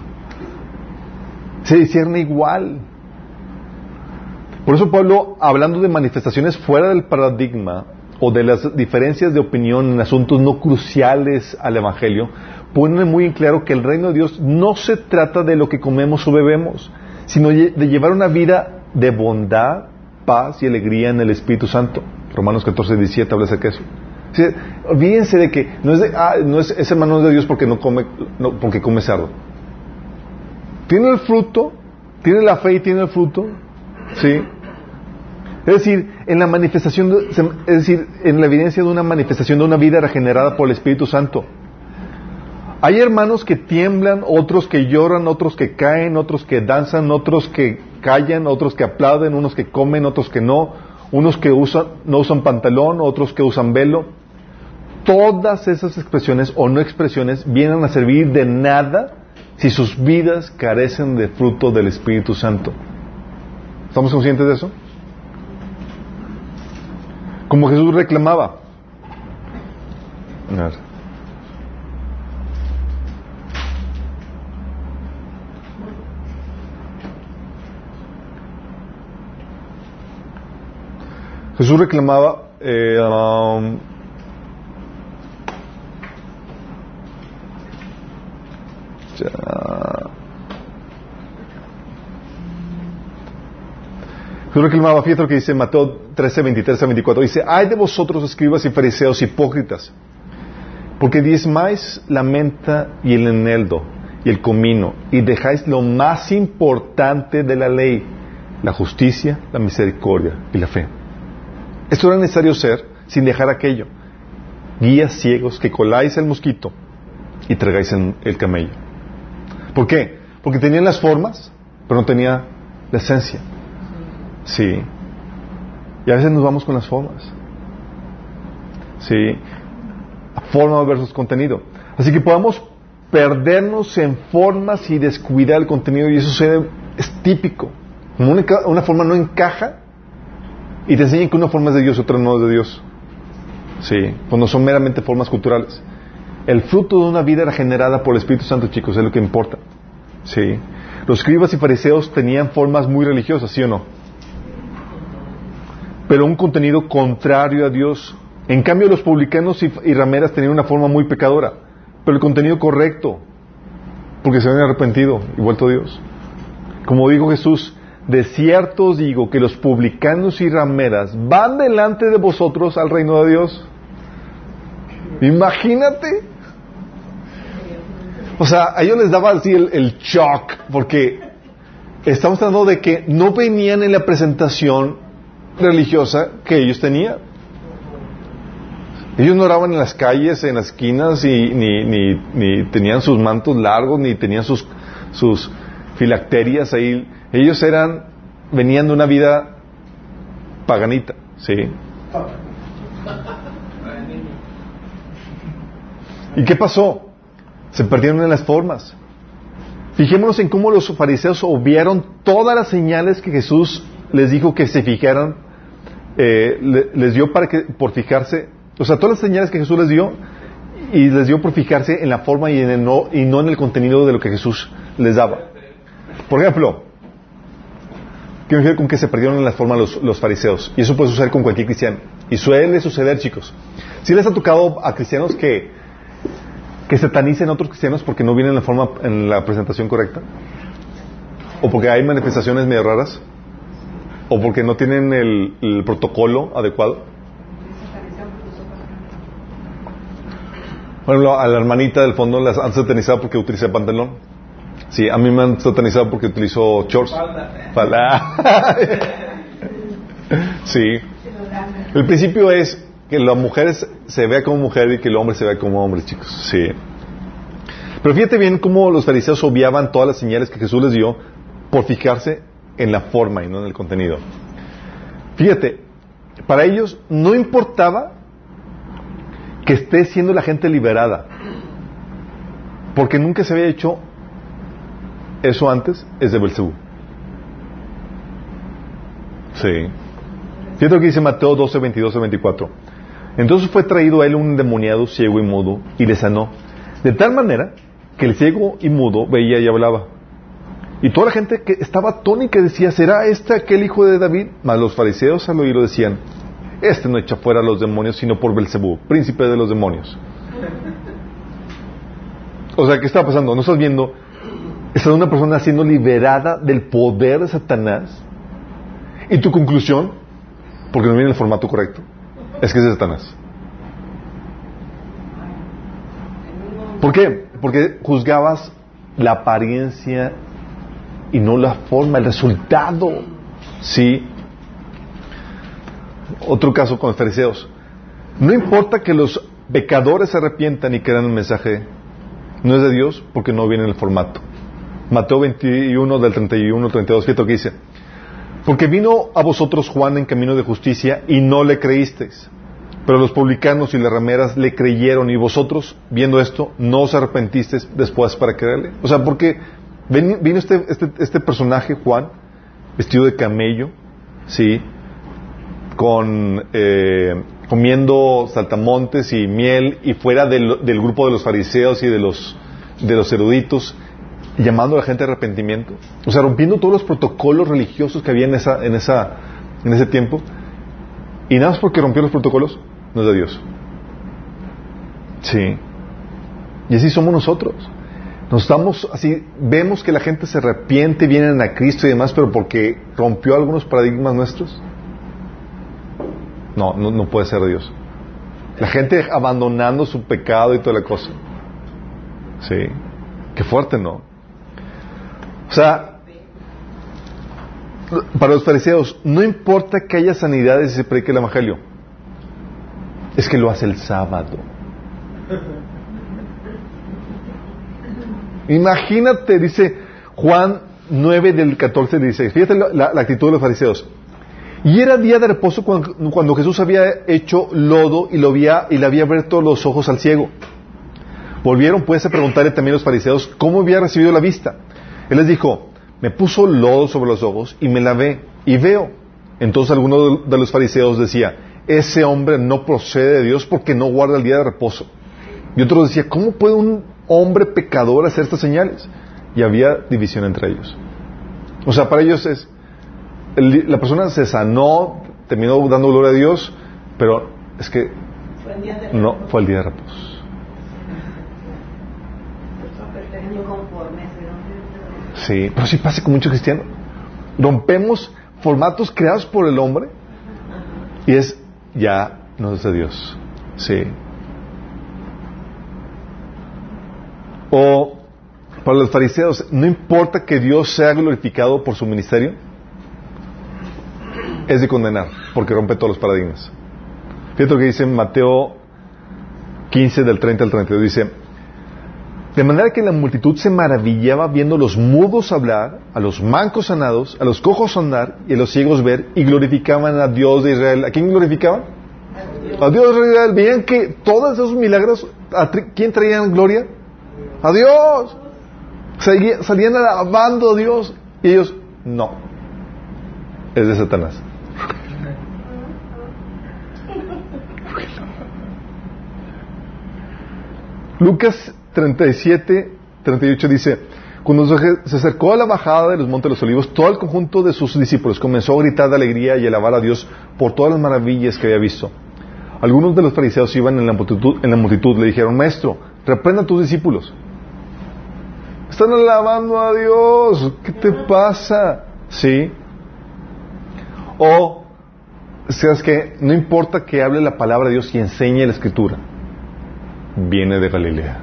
Speaker 1: Se discierne igual. Por eso Pablo, hablando de manifestaciones fuera del paradigma o de las diferencias de opinión en asuntos no cruciales al Evangelio, pone muy en claro que el reino de Dios no se trata de lo que comemos o bebemos, sino de llevar una vida de bondad, paz y alegría en el Espíritu Santo. Romanos 14:17 habla acerca de eso. ¿Sí? Olvídense de que ese hermano no es de Dios porque porque come cerdo. Tiene el fruto, tiene la fe y tiene el fruto, ¿sí? Es decir, en la manifestación, en la evidencia de una manifestación de una vida regenerada por el Espíritu Santo. Hay hermanos que tiemblan, otros que lloran, otros que caen, otros que danzan, otros que callan, otros que aplauden, unos que comen, otros que no, unos que no usan pantalón, otros que usan velo. Todas esas expresiones o no expresiones vienen a servir de nada si sus vidas carecen de fruto del Espíritu Santo. ¿Estamos conscientes de eso? Como Jesús reclamaba. A ver. Jesús reclamaba Jesús reclamaba, fíjate lo que dice Mateo 13:23-24, dice, ay de vosotros escribas y fariseos hipócritas, porque diezmáis la menta y el eneldo y el comino, y dejáis lo más importante de la ley, la justicia, la misericordia y la fe. Esto era necesario ser sin dejar aquello. Guías ciegos que coláis el mosquito y tragáis el camello. ¿Por qué? Porque tenían las formas, pero no tenía la esencia. Sí. Y a veces nos vamos con las formas. Sí. Forma versus contenido. Así que podemos perdernos en formas y descuidar el contenido, y eso es típico. Como una forma no encaja y te enseñan que una forma es de Dios y otra no es de Dios. Sí. Cuando son meramente formas culturales. El fruto de una vida regenerada por el Espíritu Santo, chicos, es lo que importa. Sí. Los escribas y fariseos tenían formas muy religiosas, ¿sí o no? Pero un contenido contrario a Dios. En cambio, los publicanos y rameras tenían una forma muy pecadora, pero el contenido correcto, porque se habían arrepentido y vuelto a Dios. Como dijo Jesús, de cierto os digo que los publicanos y rameras van delante de vosotros al reino de Dios. Imagínate. O sea, a ellos les daba así el shock, porque estamos hablando de que no venían en la presentación religiosa que ellos tenían. Ellos no oraban en las calles, en las esquinas, ni tenían sus mantos largos, ni tenían sus filacterias ahí. Ellos venían de una vida paganita, ¿sí? ¿Y qué pasó? Se perdieron en las formas. Fijémonos en cómo los fariseos obviaron todas las señales que Jesús les dijo que se fijaran, les dio por fijarse, o sea, todas las señales que Jesús les dio, y les dio por fijarse en la forma y no en el contenido de lo que Jesús les daba. Por ejemplo, ¿qué me refiero con que se perdieron en las formas los fariseos? Y eso puede suceder con cualquier cristiano. Y suele suceder, chicos. ¿Sí les ha tocado a cristianos que satanicen a otros cristianos porque no vienen en la presentación correcta? ¿O porque hay manifestaciones medio raras? ¿O porque no tienen el protocolo adecuado? Por ejemplo, a la hermanita del fondo la han satanizado porque utiliza pantalón. Sí, a mí me han satanizado porque utilizo shorts. Falda. Sí. El principio es que la mujer se vea como mujer y que el hombre se vea como hombre, chicos. Sí. Pero fíjate bien cómo los fariseos obviaban todas las señales que Jesús les dio por fijarse en la forma y no en el contenido. Fíjate, para ellos no importaba que esté siendo la gente liberada, porque nunca se había hecho eso antes, es de Belcebú. Sí. Fíjate lo que dice Mateo 12, 22 a 24. Entonces fue traído a él un endemoniado ciego y mudo y le sanó, de tal manera que el ciego y mudo veía y hablaba. Y toda la gente que estaba atónica decía, ¿será este aquel hijo de David? Mas los fariseos al oírlo decían, este no echa fuera a los demonios sino por Belcebú, príncipe de los demonios. O sea, ¿qué está pasando? ¿No estás viendo? Está una persona siendo liberada del poder de Satanás. Y tu conclusión, porque no viene en el formato correcto, es que es de Satanás. ¿Por qué? Porque juzgabas la apariencia y no la forma, el resultado. Sí. Otro caso con los fariseos. No importa que los pecadores se arrepientan y crean el mensaje, no es de Dios porque no viene en el formato. Mateo 21 del 31 al 32, fíjate lo que dice. Porque vino a vosotros Juan en camino de justicia y no le creísteis, pero los publicanos y las rameras le creyeron, y vosotros, viendo esto, no os arrepentisteis después para creerle. O sea, porque vino este personaje, Juan, vestido de camello, sí, comiendo saltamontes y miel, y fuera del grupo de los fariseos y de los eruditos, llamando a la gente a arrepentimiento, o sea, rompiendo todos los protocolos religiosos que había en ese tiempo, y nada más porque rompió los protocolos, no es de Dios. Sí. Y así somos nosotros. Nos estamos así, vemos que la gente se arrepiente, vienen a Cristo y demás, pero porque rompió algunos paradigmas nuestros. No puede ser de Dios. La gente abandonando su pecado y toda la cosa. Sí. Qué fuerte, ¿no? O sea, para los fariseos, no importa que haya sanidades y se predique el evangelio, es que lo hace el sábado. Imagínate, dice Juan 9 del 14 al 16. Fíjate la actitud de los fariseos. Y era día de reposo cuando Jesús había hecho lodo y le había abierto los ojos al ciego. Volvieron pues a preguntarle también a los fariseos cómo había recibido la vista. Él les dijo, me puso lodo sobre los ojos y me lavé y veo. Entonces alguno de los fariseos decía, ese hombre no procede de Dios porque no guarda el día de reposo. Y otro decía, ¿cómo puede un hombre pecador hacer estas señales? Y había división entre ellos. O sea, para ellos la persona se sanó, terminó dando gloria a Dios, pero es que no fue el día de reposo. Sí, pero sí pasa con muchos cristianos. Rompemos formatos creados por el hombre y ya no es de Dios. Sí. O para los fariseos, no importa que Dios sea glorificado por su ministerio, es de condenar, porque rompe todos los paradigmas. Fíjate lo que dice en Mateo 15 del 30 al 32, dice, de manera que la multitud se maravillaba viendo a los mudos hablar, a los mancos sanados, a los cojos andar y a los ciegos ver, y glorificaban a Dios de Israel. ¿A quién glorificaban? A Dios de Israel. Veían que todos esos milagros, ¿a quién traían gloria? A Dios. Salían alabando a Dios y ellos, no, es de Satanás. Lucas 37, 38 dice, cuando se acercó a la bajada de los Montes de los Olivos, todo el conjunto de sus discípulos comenzó a gritar de alegría y alabar a Dios por todas las maravillas que había visto. Algunos de los fariseos iban en la multitud, le dijeron, Maestro, reprenda a tus discípulos. Están alabando a Dios, ¿qué te pasa? ¿Sí? O, ¿sabes qué? No importa que hable la palabra de Dios y enseñe la Escritura. Viene de Galilea.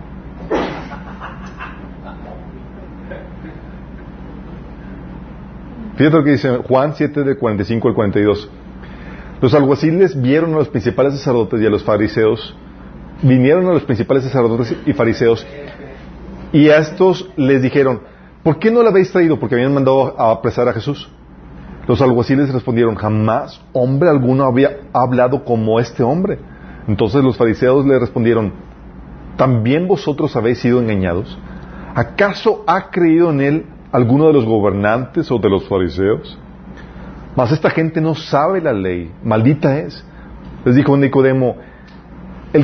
Speaker 1: Fíjate lo que dice Juan 7 de 45 al 42. Los alguaciles vieron a los principales sacerdotes y a los fariseos, vinieron a los principales sacerdotes y fariseos, y a estos les dijeron, ¿por qué no la habéis traído? Porque habían mandado a apresar a Jesús. Los alguaciles respondieron, jamás hombre alguno había hablado como este hombre. Entonces los fariseos le respondieron, ¿también vosotros habéis sido engañados? ¿Acaso ha creído en él alguno de los gobernantes o de los fariseos? Mas esta gente no sabe la ley, maldita es. Les dijo Nicodemo, le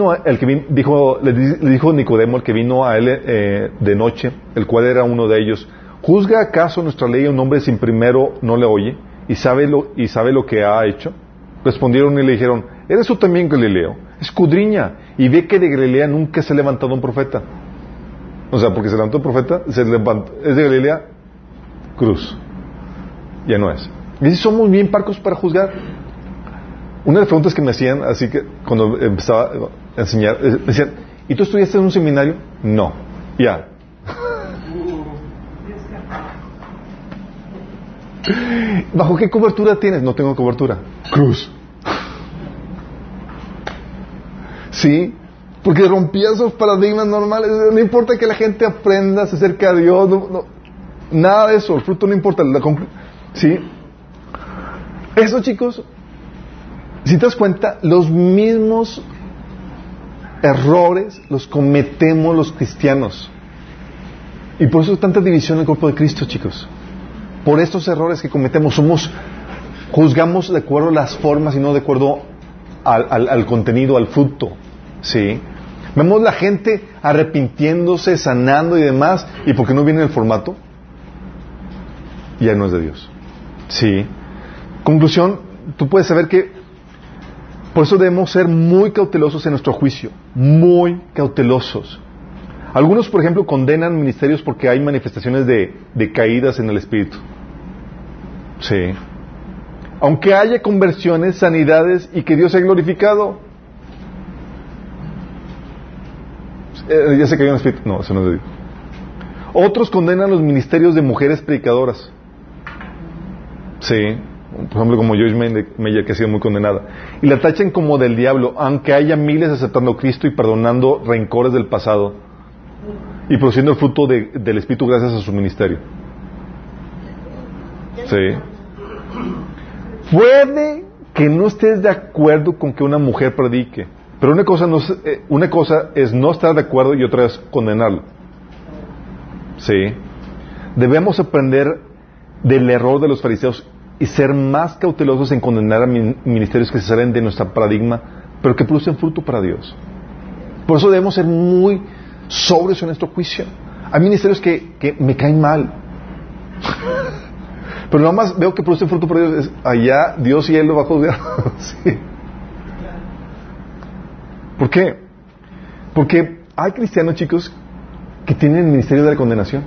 Speaker 1: dijo Nicodemo, el que vino a él de noche, el cual era uno de ellos, ¿juzga acaso nuestra ley a un hombre sin primero no le oye y sabe lo que ha hecho? Respondieron y le dijeron, ¿eres tú también Galileo? Escudriña y ve que de Galilea nunca se ha levantado un profeta. O sea, porque se levantó un profeta, es de Galilea, cruz. Ya no es. Y si somos bien parcos para juzgar. Una de las preguntas que me hacían, así que cuando empezaba a enseñar, me decían, ¿y tú estudiaste en un seminario? No. Ya. ¿Bajo qué cobertura tienes? No tengo cobertura. Cruz. ¿Sí? Porque rompía esos paradigmas normales. No importa que la gente aprenda, se acerque a Dios, nada de eso, el fruto no importa. ¿Sí? Eso, chicos, si te das cuenta, los mismos errores los cometemos los cristianos. Y por eso hay tanta división en el cuerpo de Cristo, chicos. Por estos errores que cometemos, juzgamos de acuerdo a las formas y no de acuerdo al contenido, al fruto. ¿Sí? Vemos la gente arrepintiéndose, sanando y demás, y porque no viene el formato, ya no es de Dios. ¿Sí? Conclusión, tú puedes saber que por eso debemos ser muy cautelosos en nuestro juicio, muy cautelosos. Algunos, por ejemplo, condenan ministerios porque hay manifestaciones de caídas en el espíritu. Sí. Aunque haya conversiones, sanidades y que Dios sea glorificado. Ya se cayó en el espíritu. No, eso no es de Dios. Otros condenan los ministerios de mujeres predicadoras. Sí. Por ejemplo, como Joyce Meyer, que ha sido muy condenada. Y la tachan como del diablo, aunque haya miles aceptando a Cristo y perdonando rencores del pasado. y produciendo el fruto del Espíritu gracias a su ministerio. Sí. Puede que no estés de acuerdo con que una mujer predique, pero una cosa es no estar de acuerdo y otra es condenarlo. Sí. Debemos aprender del error de los fariseos y ser más cautelosos en condenar a ministerios que se salen de nuestro paradigma, pero que producen fruto para Dios. Por eso debemos ser muy sobrios en nuestro juicio. Hay ministerios que me caen mal, pero nada más veo que producen fruto para Dios. Allá Dios y Él lo va a juzgar. Sí. ¿Por qué? Porque hay cristianos, chicos, que tienen el ministerio de la condenación.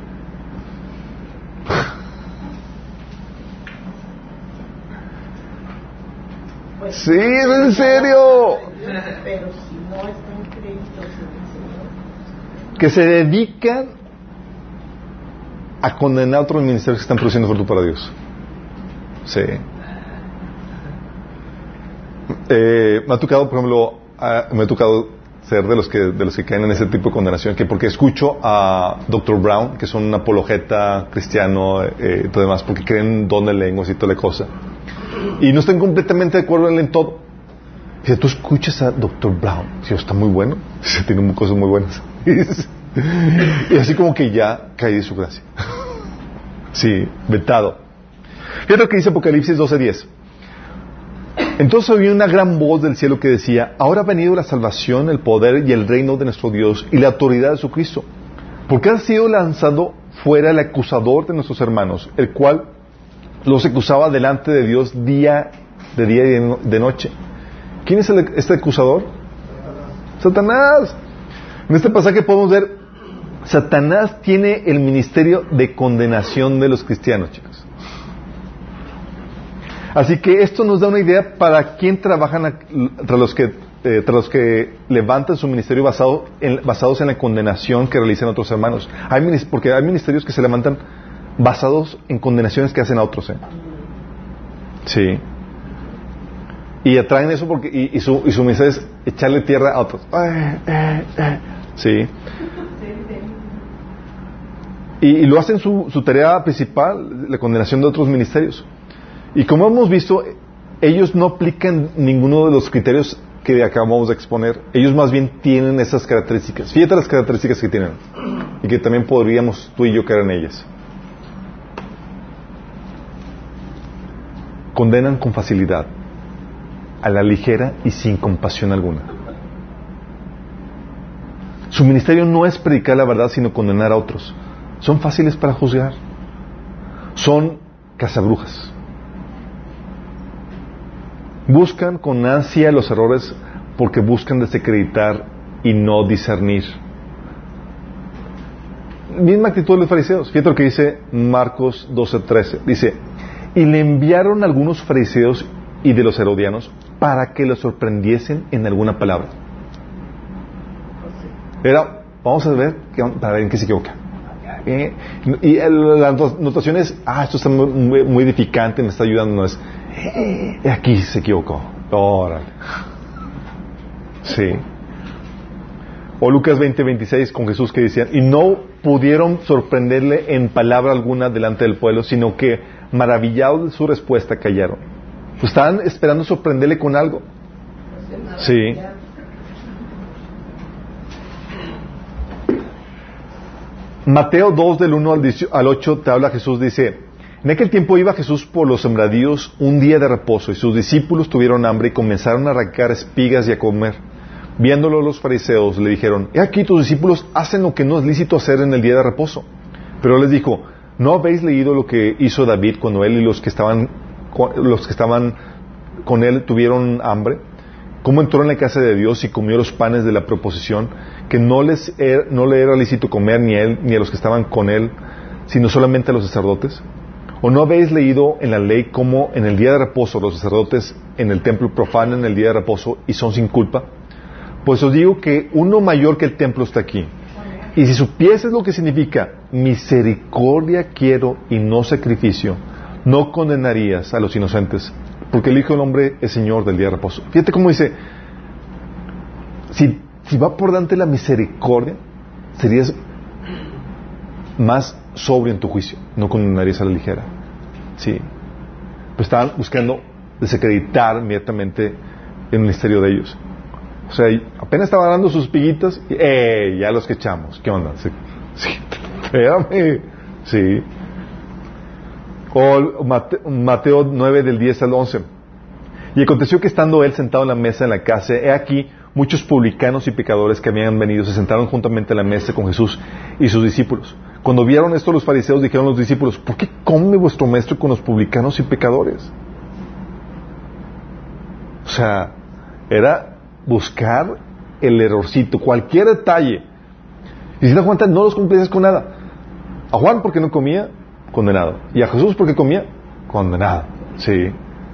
Speaker 1: Sí, es en serio.
Speaker 3: Pero si no están créditos en el Señor,
Speaker 1: Que se dedican a condenar a otros ministerios que están produciendo fruto para Dios. Sí. Me ha tocado, por ejemplo, ser de los que caen en ese tipo de condenación, que porque escucho a Dr. Brown, que son un apologeta cristiano, todo demás, porque creen don de lenguas y toda la cosa, y no están completamente de acuerdo en todo. Dice, tú escuchas a Dr. Brown, sí, está muy bueno, sí, tiene cosas muy buenas. Y así como que ya caí de su gracia. Sí, vetado. Fíjate lo que dice Apocalipsis 12:10. Entonces oí una gran voz del cielo que decía: ahora ha venido la salvación, el poder y el reino de nuestro Dios y la autoridad de su Cristo, porque ha sido lanzado fuera el acusador de nuestros hermanos, el cual los acusaba delante de Dios día y de noche. ¿Quién es este acusador? Satanás. En este pasaje podemos ver, Satanás tiene el ministerio de condenación de los cristianos, chicos. Así que esto nos da una idea para quién trabajan tras los que levantan su ministerio basados en la condenación que realizan otros hermanos. Porque hay ministerios que se levantan basados en condenaciones que hacen a otros. Sí. Y atraen eso porque y su ministerio es echarle tierra a otros. Sí. Y lo hacen su tarea principal, la condenación de otros ministerios. Y como hemos visto, ellos no aplican ninguno de los criterios que acabamos de exponer. Ellos más bien tienen esas características. Fíjate las características que tienen y que también podríamos tú y yo caer en ellas. Condenan con facilidad, a la ligera y sin compasión alguna. Su ministerio no es predicar la verdad, sino condenar a otros. Son fáciles para juzgar. Son cazabrujas. Buscan con ansia los errores porque buscan desacreditar y no discernir. Misma actitud de los fariseos. Fíjate lo que dice Marcos 12:13. Dice: y le enviaron algunos fariseos y de los herodianos para que los sorprendiesen en alguna palabra. Vamos a ver para ver en qué se equivoca. Y la notación es: esto está muy edificante, me está ayudando. No es aquí se equivocó. Órale. Sí. O Lucas 20:26 con Jesús, que decían: y no pudieron sorprenderle en palabra alguna delante del pueblo, sino que maravillados de su respuesta callaron. Pues estaban esperando sorprenderle con algo. Sí. Mateo 2 del 1 al 8 te habla Jesús, dice: en aquel tiempo iba Jesús por los sembradíos un día de reposo, y sus discípulos tuvieron hambre y comenzaron a arrancar espigas y a comer. Viéndolo los fariseos le dijeron: he aquí tus discípulos hacen lo que no es lícito hacer en el día de reposo. Pero les dijo: ¿no habéis leído lo que hizo David cuando él y los que estaban con él tuvieron hambre? ¿Cómo entró en la casa de Dios y comió los panes de la proposición, que no le era lícito comer ni a él ni a los que estaban con él, sino solamente a los sacerdotes? ¿O no habéis leído en la ley cómo en el día de reposo los sacerdotes en el templo profanan el día de reposo y son sin culpa? Pues os digo que uno mayor que el templo está aquí. Y si supieses lo que significa misericordia quiero y no sacrificio, no condenarías a los inocentes, porque el Hijo del Hombre es Señor del día de reposo. Fíjate cómo dice: si va por delante la misericordia, serías más sobrio en tu juicio, no condenarías a la ligera. Sí. Pues estaban buscando desacreditar inmediatamente el ministerio de ellos. O sea, apenas estaban dando sus piguitas y ya los que echamos. ¿Qué onda? Sí, espérame. Sí. O Mateo 9 del 10 al 11. Y aconteció que estando él sentado en la mesa en la casa, he aquí muchos publicanos y pecadores que habían venido se sentaron juntamente a la mesa con Jesús y sus discípulos. Cuando vieron esto los fariseos dijeron a los discípulos: ¿por qué come vuestro maestro con los publicanos y pecadores? O sea, era buscar el errorcito, cualquier detalle. Y si te das cuenta, no los cumplías con nada. A Juan porque no comía, condenado. Y a Jesús porque comía, condenado. Sí.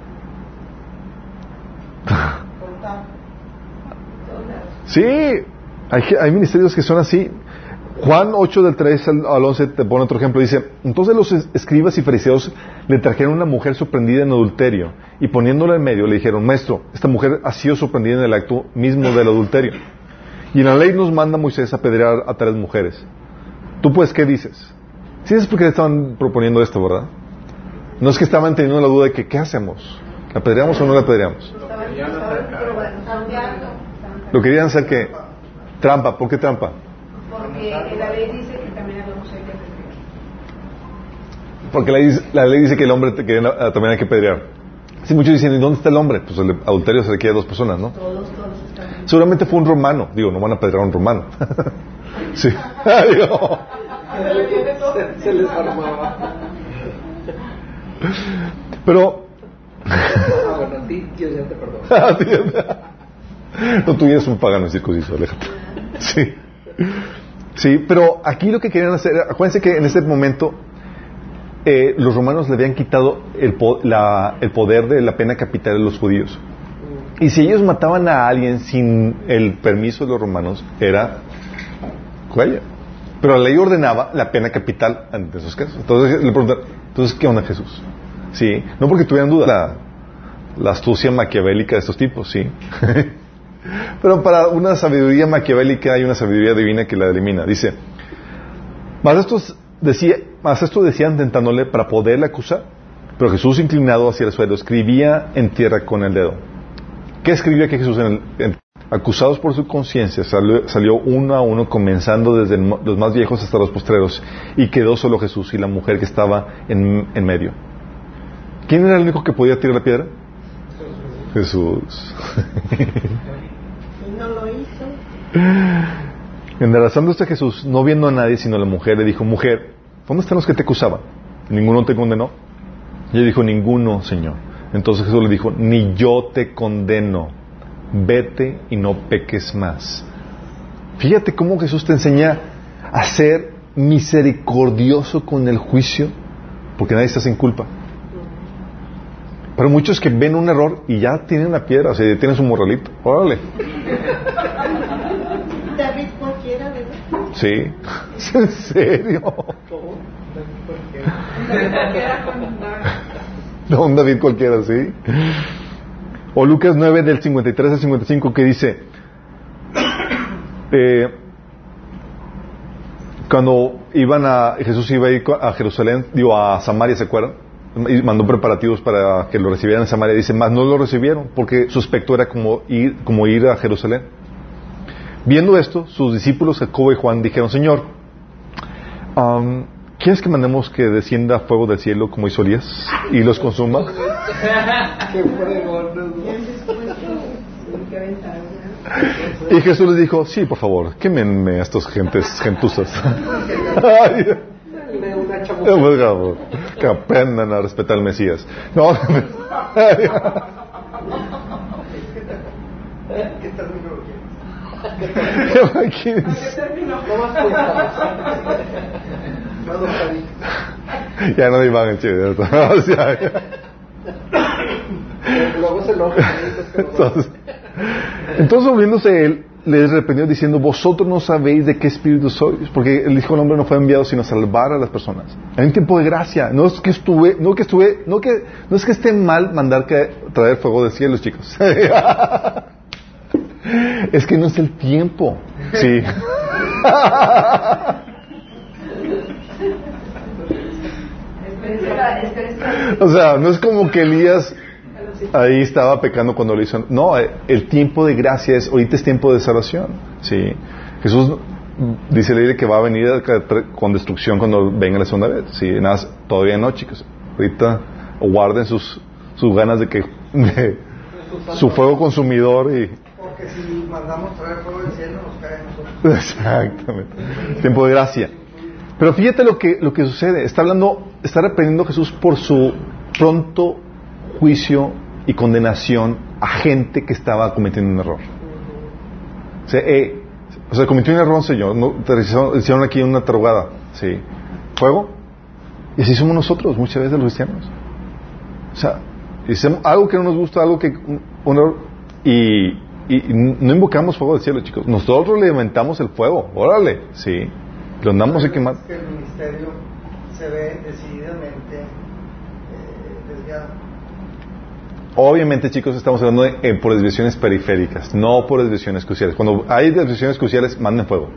Speaker 1: Sí, hay ministerios que son así. Juan 8 del 3 al 11 te pone otro ejemplo. Dice: entonces los escribas y fariseos le trajeron una mujer sorprendida en adulterio y poniéndola en medio le dijeron: maestro, esta mujer ha sido sorprendida en el acto mismo del adulterio. Y en la ley nos manda Moisés a apedrear a tales mujeres. ¿Tú pues qué dices? Sí, es porque le estaban proponiendo esto, ¿verdad? No es que estaban teniendo la duda de que ¿qué hacemos? ¿La apedreamos o no la apedreamos? Lo querían hacer que trampa. ¿Por qué trampa?
Speaker 3: Porque la ley dice que también a la mujer hay que apedrear.
Speaker 1: Porque la ley dice que el hombre también hay que apedrear. Sí, muchos dicen: ¿y dónde está el hombre? Pues el adulterio se requiere de 2 personas, ¿no?
Speaker 3: Todos están.
Speaker 1: Seguramente fue un romano. Digo, no van a apedrear a un romano. Sí.
Speaker 2: Se les armaba.
Speaker 1: Pero
Speaker 2: Bueno, a ti Dios ya te perdona.
Speaker 1: No, tú ya eres un pagano circunciso, aléjate. Sí. Sí, pero aquí lo que querían hacer, acuérdense que en este momento los romanos le habían quitado el poder de la pena capital a los judíos. Y si ellos mataban a alguien sin el permiso de los romanos, era cuello. Pero la ley ordenaba la pena capital ante esos casos. Entonces le preguntan: ¿entonces qué onda, Jesús? Sí, no porque tuvieran duda, la astucia maquiavélica de estos tipos, sí. Pero para una sabiduría maquiavélica hay una sabiduría divina que la elimina. Dice: mas esto decían tentándole para poderle acusar. Pero Jesús, inclinado hacia el suelo, escribía en tierra con el dedo. ¿Qué escribía aquí Jesús? Acusados por su conciencia, salió uno a uno, comenzando desde los más viejos hasta los postreros, y quedó solo Jesús y la mujer que estaba en medio. ¿Quién era el único que podía tirar la piedra? Jesús.
Speaker 3: Y no lo hizo.
Speaker 1: Enderrazándose a Jesús, no viendo a nadie sino a la mujer, le dijo: mujer, ¿dónde están los que te acusaban? ¿Ninguno te condenó? Y ella dijo: ninguno, Señor. Entonces Jesús le dijo: ni yo te condeno, vete y no peques más. Fíjate cómo Jesús te enseña a ser misericordioso con el juicio, porque nadie está sin culpa. Pero muchos que ven un error y ya tienen una piedra, o sea, tienen su morralito. Órale.
Speaker 3: David cualquiera, ¿verdad?
Speaker 1: Sí. ¿En serio? No, un David cualquiera, sí. O Lucas 9 del 53 al 55 que dice: cuando Jesús iba a ir a Jerusalén, a Samaria, ¿se acuerdan? Y mandó preparativos para que lo recibieran en Samaria. Dice: más no lo recibieron porque su aspecto era como ir a Jerusalén. Viendo esto, sus discípulos Jacobo y Juan dijeron: Señor, ¿quieres que mandemos que descienda fuego del cielo como hizo Elías y los consuma?
Speaker 2: Qué fregón.
Speaker 1: Y Jesús les dijo: sí, por favor, quémenme a estos gentusas. Que aprendan a respetar al Mesías. No. Ya no divagan, chido.
Speaker 2: Luego se enoja.
Speaker 1: Entonces volviéndose él, les reprendió diciendo: vosotros no sabéis de qué espíritu sois, porque el Hijo del Hombre no fue enviado sino a salvar a las personas. Hay un tiempo de gracia. No es que esté mal mandar traer fuego del cielo, chicos. Es que no es el tiempo. Sí. O sea, no es como que Elías ahí estaba pecando cuando lo hizo. No, el tiempo de gracia ahorita es tiempo de salvación. Sí. Jesús dice la Biblia que va a venir con destrucción cuando venga la segunda vez. Sí, nada, todavía no, chicos. Ahorita guarden sus ganas de su fuego consumidor y...
Speaker 4: Porque si mandamos traer fuego del cielo nos cae a nosotros.
Speaker 1: Exactamente. Tiempo de gracia. Pero fíjate lo que sucede. Está reprendiendo Jesús por su pronto juicio y condenación a gente que estaba cometiendo un error. O sea, cometió un error un señor, ¿no? Hicieron aquí una tarugada, ¿sí? Fuego. Y así somos nosotros, muchas veces los cristianos. O sea, hicimos algo que no nos gusta, algo que... y no invocamos fuego del cielo, chicos. Nosotros le inventamos el fuego, órale, ¿sí? Lo andamos a quemar.
Speaker 4: Que el ministerio se ve decididamente desviado.
Speaker 1: Obviamente, chicos, estamos hablando por desviaciones periféricas, no por desviaciones cruciales. Cuando hay desviaciones cruciales, manden fuego.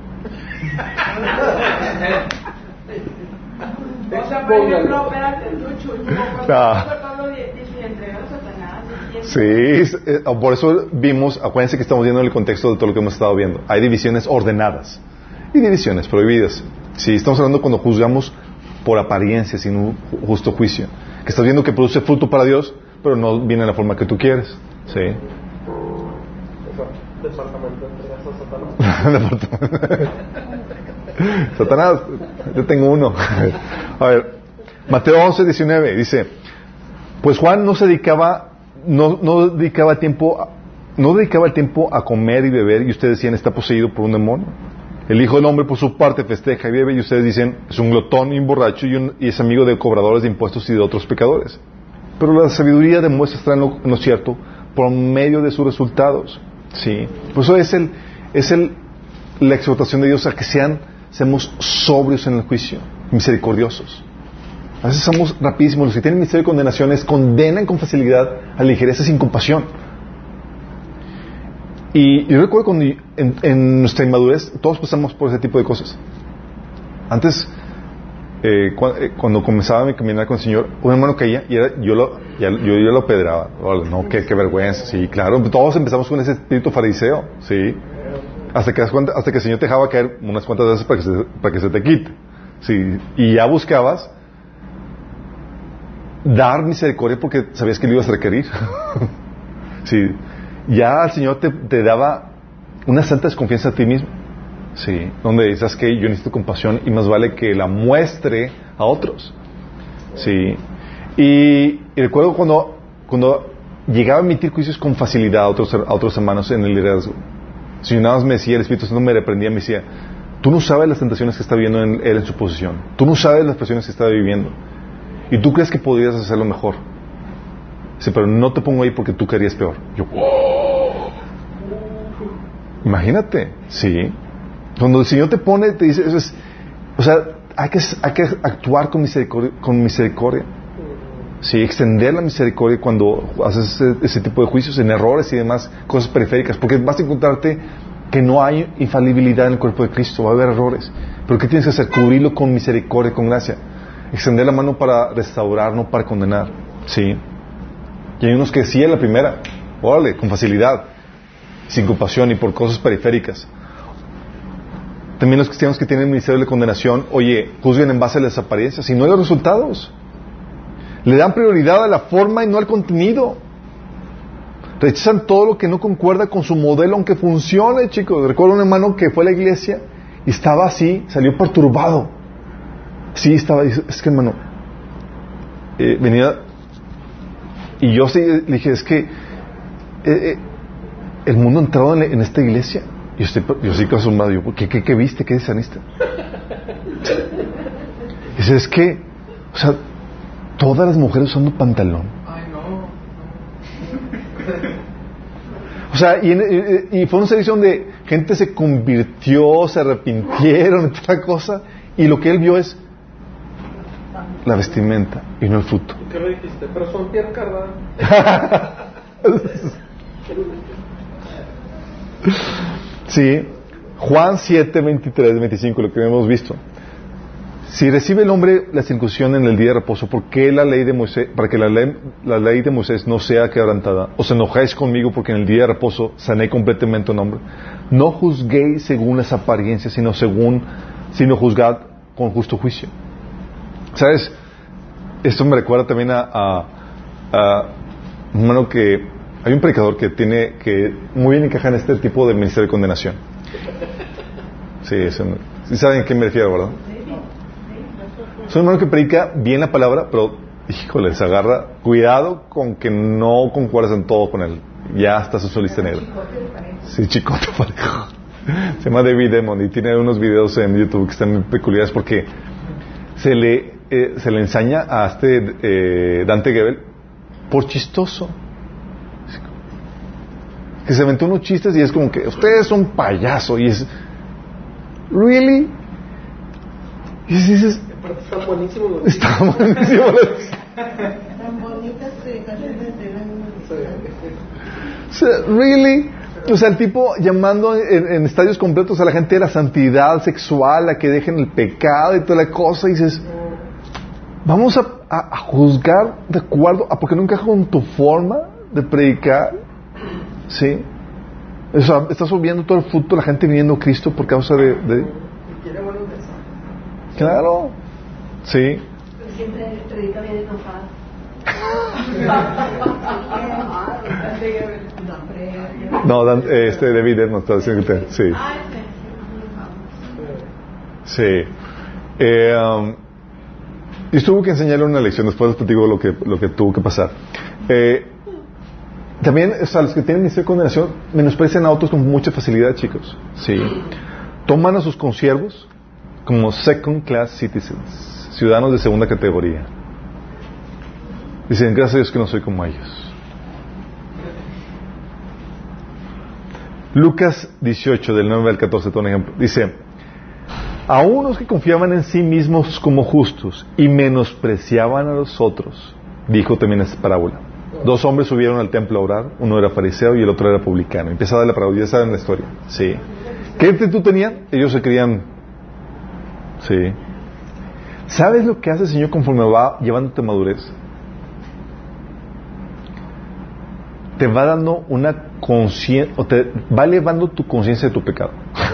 Speaker 2: O sea, por ejemplo, espérate, Lucho,
Speaker 1: Ah.
Speaker 2: le entregaron a Satanás.
Speaker 1: Sí, por eso vimos, acuérdense que estamos viendo en el contexto de todo lo que hemos estado viendo. Hay divisiones ordenadas y divisiones prohibidas. Sí, estamos hablando cuando juzgamos por apariencia, sin un justo juicio. Que estás viendo que produce fruto para Dios, pero no viene en la forma que tú quieres. Sí.
Speaker 4: Departamento de entregas a
Speaker 1: Satanás. Satanás, yo tengo uno. A ver, Mateo 11:19 dice: pues Juan no dedicaba el tiempo a comer y beber, y ustedes decían está poseído por un demonio. El Hijo del Hombre por su parte festeja y bebe, y ustedes dicen es un glotón y un borracho y es amigo de cobradores de impuestos y de otros pecadores. Pero la sabiduría demuestra estar en lo cierto por medio de sus resultados. Sí. Por eso es la exhortación de Dios a que seamos sobrios en el juicio, misericordiosos. A veces somos rapidísimos. Los que tienen ministerio de condenaciones condenan con facilidad a ligereza sin compasión. Y yo recuerdo cuando en nuestra inmadurez todos pasamos por ese tipo de cosas. Antes, cuando comenzaba mi caminar con el Señor, un hermano caía y yo lo pedraba. No, qué vergüenza. Sí, claro, todos empezamos con ese espíritu fariseo. Sí. Hasta que el Señor te dejaba caer unas cuantas veces para que se te quite. Sí. Y ya buscabas dar misericordia porque sabías que lo ibas a requerir. Sí. Ya el Señor te daba una santa desconfianza a ti mismo. Sí. Donde dices que yo necesito compasión y más vale que la muestre a otros. Sí. Y recuerdo cuando llegaba a emitir juicios con facilidad a otros hermanos en el liderazgo. Si nada más me decía, el Espíritu Santo me reprendía, me decía, tú no sabes las tentaciones que está viviendo él en su posición. Tú no sabes las presiones que está viviendo. Y tú crees que podrías hacerlo mejor. Sí, pero no te pongo ahí porque tú querías peor. Yo, ¡wow! Imagínate, sí. Cuando el Señor te pone, te dice, o sea, hay que actuar con misericordia. Sí, extender la misericordia cuando haces ese tipo de juicios en errores y demás, cosas periféricas, porque vas a encontrarte que no hay infalibilidad en el cuerpo de Cristo, va a haber errores. Pero ¿qué tienes que hacer? Cubrirlo con misericordia, con gracia. Extender la mano para restaurar, no para condenar. Sí. Y hay unos que sí en la primera, órale, con facilidad, sin compasión y por cosas periféricas. También los cristianos que tienen ministerio de condenación, oye, juzguen en base a las apariencias y no a los resultados. Le dan prioridad a la forma y no al contenido. Rechazan todo lo que no concuerda con su modelo, aunque funcione, chicos. Recuerdo un hermano que fue a la iglesia y estaba así, salió perturbado. Sí, estaba, es que hermano, venía, y yo sí le dije, es que el mundo ha entrado en esta iglesia. Yo sí asombrado, yo, ¿qué viste? ¿Qué discerniste? Dice, es que, o sea, todas las mujeres usando pantalón.
Speaker 2: Ay, no.
Speaker 1: O sea, y fue un servicio donde gente se convirtió, se arrepintieron, otra cosa, y lo que él vio es la vestimenta y no el fruto.
Speaker 4: ¿Qué le dijiste? Pero son Pierre Cardin.
Speaker 1: Sí, Juan 7, 23, 25, lo que hemos visto. Si recibe el hombre la circuncisión en el día de reposo, ¿por qué la ley de Moisés, para que la ley de Moisés no sea quebrantada? ¿Os enojáis conmigo porque en el día de reposo sané completamente un hombre? No juzguéis según las apariencias, sino juzgad con justo juicio. ¿Sabes? Esto me recuerda también a un hermano que hay un predicador que muy bien encaja en este tipo de ministerio de condenación. Sí, saben a qué me refiero, ¿verdad? Es un hermano que predica bien la palabra, pero, híjole, se agarra. Cuidado con que no concuerdes en todo con él. Ya está su solista negra. Sí, chicote parejo. Se llama David Demon y tiene unos videos en YouTube que están muy peculiares porque se le ensaña a Dante Gebel por chistoso. Que se inventó unos chistes y es como que ustedes son payaso y es ¿really? Y dices
Speaker 5: están buenísimos.
Speaker 3: Tan bonitas canciones de
Speaker 1: o sea, ¿really? O sea, el tipo llamando en estadios completos a la gente de la santidad sexual, a que dejen el pecado y toda la cosa, y dices, vamos a juzgar de acuerdo a porque no encaja con tu forma de predicar. ¿Sí? O sea, estás obviando todo el fruto de la gente viniendo a Cristo por causa de...
Speaker 4: Tiene buenos mensajes.
Speaker 1: Claro. Sí.
Speaker 3: Siempre predica bien enojado.
Speaker 1: No, David no está diciendo que sí. Sí. Y tuvo que enseñarle una lección. Después les platico lo que tuvo que pasar. También, o sea, los que tienen ministerio de condenación menosprecian a otros con mucha facilidad, chicos. Sí. Toman a sus consiervos como second class citizens, ciudadanos de segunda categoría. Dicen, gracias a Dios que no soy como ellos. Lucas 18, del 9 al 14, todo un ejemplo. Dice, a unos que confiaban en sí mismos como justos y menospreciaban a los otros, dijo también esta parábola. 2 hombres subieron al templo a orar, uno era fariseo y el otro era publicano. Empieza a dar la parábola, ya saben la historia. Sí. ¿Qué actitud tenían? Ellos se creían. Sí. ¿Sabes lo que hace el Señor conforme va llevándote a madurez? Te va dando una conciencia, o te va elevando tu conciencia de tu pecado.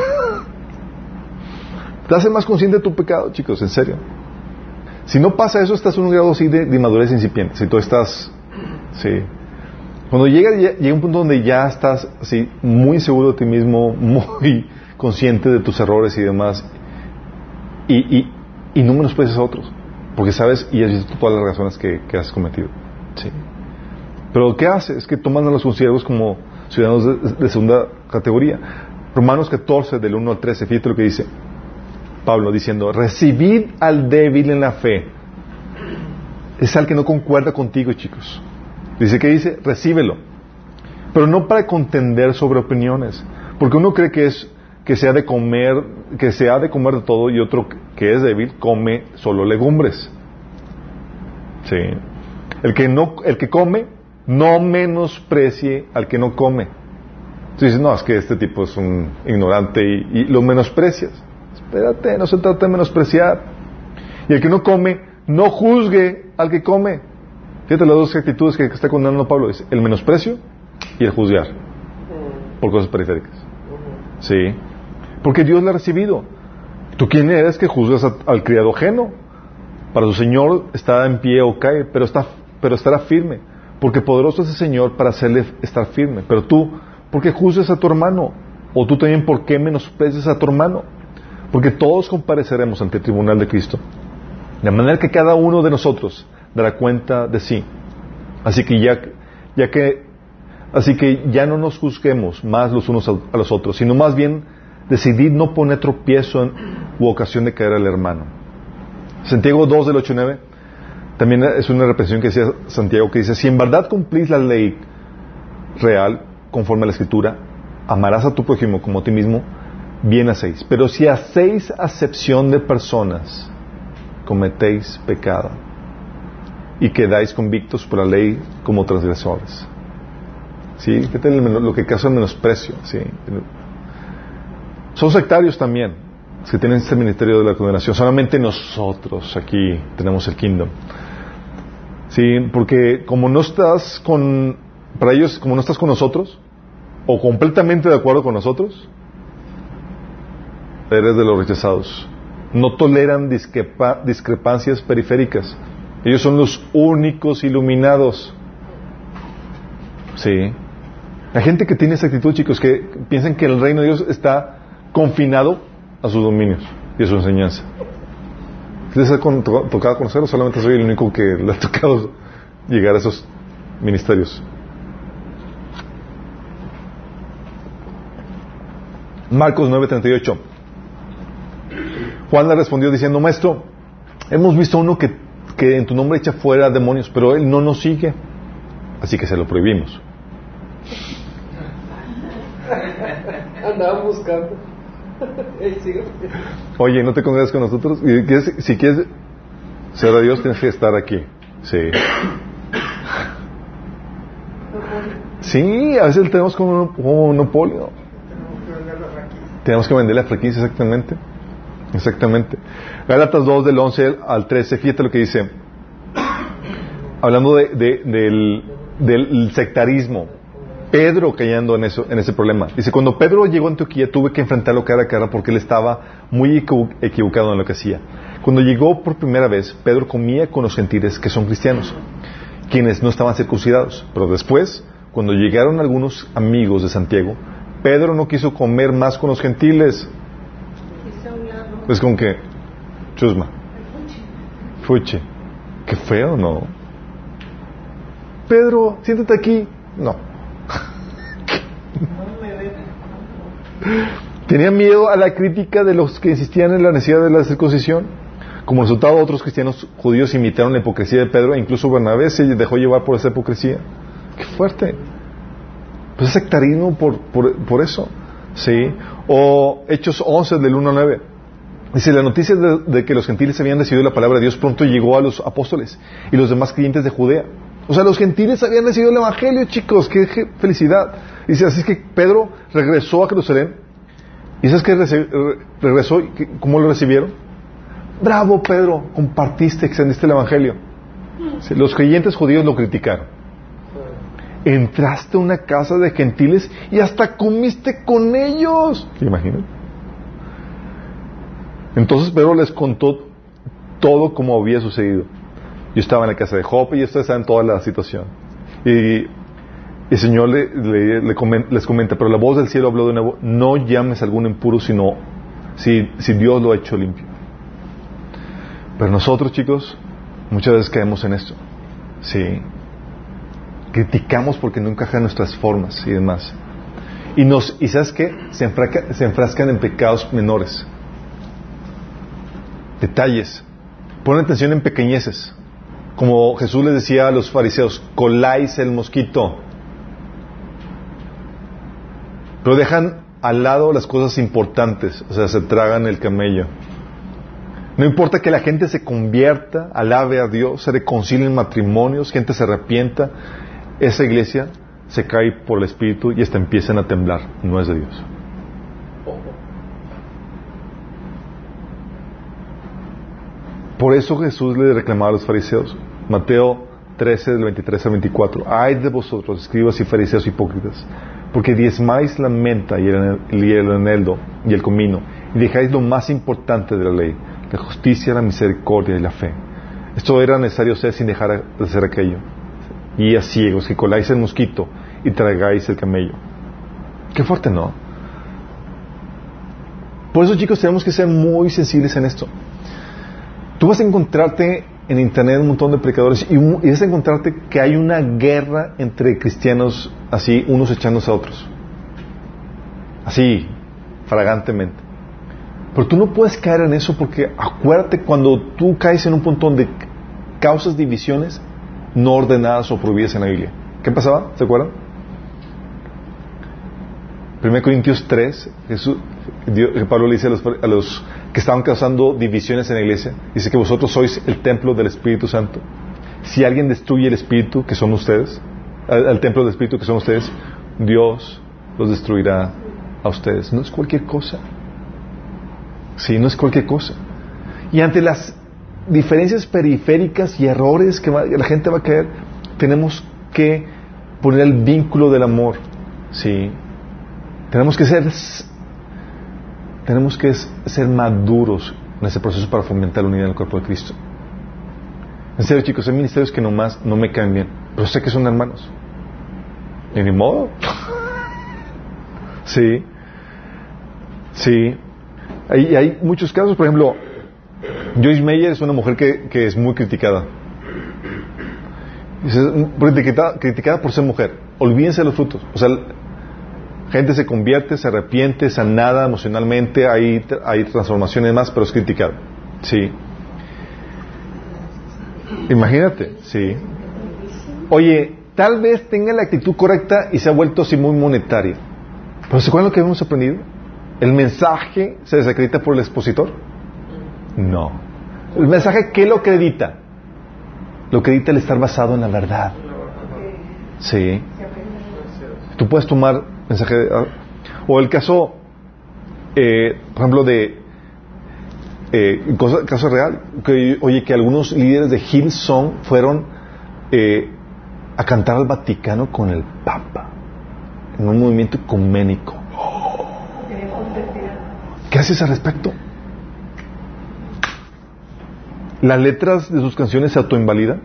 Speaker 1: Te hace más consciente de tu pecado, chicos, en serio. Si no pasa eso, estás en un grado así de inmadurez incipiente. Si tú estás, sí. Cuando llega un punto donde ya estás así muy seguro de ti mismo, muy consciente de tus errores y demás, y no menosprecias a otros, porque sabes y has visto todas las razones que has cometido. Sí. Pero ¿qué hace? Es que toman a los consiervos como ciudadanos de segunda categoría. Romanos 14, del 1 al 13, fíjate lo que dice Pablo, diciendo, recibid al débil en la fe. Es al que no concuerda contigo, chicos. Dice que dice, recíbelo. Pero no para contender sobre opiniones, porque uno cree que se ha de comer de todo, y otro que es débil come solo legumbres. Sí. El que come no menosprecie al que no come. Tú dices, no, es que este tipo es un ignorante y lo menosprecias. Espérate, no se trata de menospreciar. Y el que no come, no juzgue al que come. Fíjate las dos actitudes que está condenando Pablo: es el menosprecio y el juzgar por cosas periféricas. Sí. Porque Dios le ha recibido. ¿Tú quién eres que juzgas al criado ajeno? Para su Señor está en pie o cae, pero estará firme, porque poderoso es el Señor para hacerle estar firme. Pero tú, ¿por qué juzgas a tu hermano? O tú también, ¿por qué menosprecias a tu hermano? Porque todos compareceremos ante el tribunal de Cristo, de manera que cada uno de nosotros dará cuenta de sí. Así que ya no nos juzguemos más los unos a los otros, sino más bien decidid no poner tropiezo u ocasión de caer al hermano. Santiago 2, del 8 y 9, también es una repetición que decía Santiago, que dice, si en verdad cumplís la ley real, conforme a la Escritura, amarás a tu prójimo como a ti mismo, bien hacéis. Pero si hacéis acepción de personas, cometéis pecado y quedáis convictos por la ley como transgresores. ¿Sí? Fíjate lo que causa el menosprecio. ¿Sí? Son sectarios también. Los que tienen este ministerio de la condenación. Solamente nosotros aquí tenemos el kingdom. Sí, porque como no estás con, para ellos, como no estás con nosotros, o completamente de acuerdo con nosotros, eres de los rechazados. No toleran discrepancias periféricas. Ellos son los únicos iluminados. Sí. Hay gente que tiene esa actitud, chicos, que piensan que el reino de Dios está confinado a sus dominios y a su enseñanza. ¿Les ha tocado conocerlo? Solamente soy el único que le ha tocado llegar a esos ministerios. Marcos 9:38. Juan le respondió diciendo: Maestro, hemos visto a uno que en tu nombre echa fuera demonios, pero él no nos sigue, así que se lo prohibimos.
Speaker 2: Andaban buscando.
Speaker 1: Oye, ¿no te congregas con nosotros? Si quieres ser de Dios, tienes que estar aquí. Sí. Sí, a veces tenemos como monopolio. Tenemos que vender la franquicia, exactamente. Exactamente. Gálatas 2 del 11 al 13, fíjate lo que dice. Hablando del sectarismo. Pedro cayendo en ese problema. Dice: cuando Pedro llegó a Antioquía tuve que enfrentarlo cara a cara porque él estaba muy equivocado en lo que hacía. Cuando llegó por primera vez, Pedro comía con los gentiles que son cristianos, quienes no estaban circuncidados. Pero después, cuando llegaron algunos amigos de Santiago, Pedro no quiso comer más con los gentiles. Es como que, chusma, fuchi, qué feo, ¿no? Pedro, siéntate aquí. No. Tenía miedo a la crítica de los que insistían en la necesidad de la circuncisión. Como resultado, otros cristianos judíos imitaron la hipocresía de Pedro, e incluso Bernabé se dejó llevar por esa hipocresía. ¡Qué fuerte! Pues es sectarismo por eso. ¿Sí? O Hechos 11 del 1 al 9. Dice: la noticia de que los gentiles habían recibido la palabra de Dios pronto llegó a los apóstoles y los demás creyentes de Judea. O sea, los gentiles habían recibido el evangelio, chicos. ¡Qué felicidad! Dice: así es que Pedro regresó a Jerusalén. ¿Y sabes qué regresó? ¿Cómo lo recibieron? ¡Bravo, Pedro! Compartiste, extendiste el evangelio. Sí, los creyentes judíos lo criticaron. Entraste a una casa de gentiles y hasta comiste con ellos. ¿Se imaginan? Entonces Pedro les contó todo como había sucedido. Yo estaba en la casa de Jope y ustedes saben toda la situación. Y el Señor les comenta: pero la voz del cielo habló de nuevo: no llames a algún impuro, sino si Dios lo ha hecho limpio. Pero nosotros, chicos, muchas veces caemos en esto. Sí. Criticamos porque no encajan nuestras formas y demás. Y ¿sabes qué? Se enfrascan en pecados menores. Detalles. Ponen atención en pequeñeces. Como Jesús les decía a los fariseos: coláis el mosquito. Pero dejan al lado las cosas importantes. O sea, se tragan el camello. No importa que la gente se convierta, alabe a Dios, se reconcilien matrimonios, gente se arrepienta, esa iglesia se cae por el Espíritu y hasta empiezan a temblar. No es de Dios. Por eso Jesús le reclamaba a los fariseos. Mateo 13, del 23 al 24. Ay de vosotros, escribas y fariseos hipócritas, porque diezmáis la menta y el eneldo y el comino, y dejáis lo más importante de la ley: la justicia, la misericordia y la fe. Esto era necesario hacer sin dejar de hacer aquello. Y a ciegos, que coláis el mosquito y tragáis el camello. Qué fuerte, ¿no? Por eso, chicos, tenemos que ser muy sensibles en esto. Tú vas a encontrarte en internet un montón de predicadores y vas a encontrarte que hay una guerra entre cristianos, así, unos echándose a otros. Así, fragantemente. Pero tú no puedes caer en eso, porque acuérdate, cuando tú caes en un punto donde causas divisiones no ordenadas o prohibidas en la Biblia. ¿Qué pasaba? ¿Se acuerdan? 1 Corintios 3, Pablo le dice a los que estaban causando divisiones en la iglesia, dice que vosotros sois el templo del Espíritu Santo. Si alguien destruye el Espíritu, que son ustedes, el templo del Espíritu, que son ustedes, Dios los destruirá a ustedes. No es cualquier cosa. Sí, no es cualquier cosa. Y ante las diferencias periféricas y errores que la gente va a caer, tenemos que poner el vínculo del amor. Sí. Tenemos que ser maduros en ese proceso para fomentar la unidad en el cuerpo de Cristo. En serio, chicos, hay ministerios que nomás no me caen bien, pero sé que son hermanos. Y ni modo. Sí. Sí. Hay muchos casos, por ejemplo, Joyce Meyer es una mujer que es muy criticada. Criticada por ser mujer. Olvídense de los frutos. O sea, gente se convierte, se arrepiente, sanada emocionalmente, hay transformaciones y demás, pero es criticada. Sí. Imagínate, sí. Oye, tal vez tenga la actitud correcta y se ha vuelto así muy monetaria. ¿Pero se acuerdan lo que hemos aprendido? ¿El mensaje se desacredita por el expositor? No. ¿El mensaje qué lo acredita? Lo acredita el estar basado en la verdad. Sí. Tú puedes tomar mensaje o el caso por ejemplo de caso real que algunos líderes de Hillsong fueron a cantar al Vaticano con el Papa en un movimiento ecuménico. ¿Qué haces al respecto? ¿Las letras de sus canciones se autoinvalidan?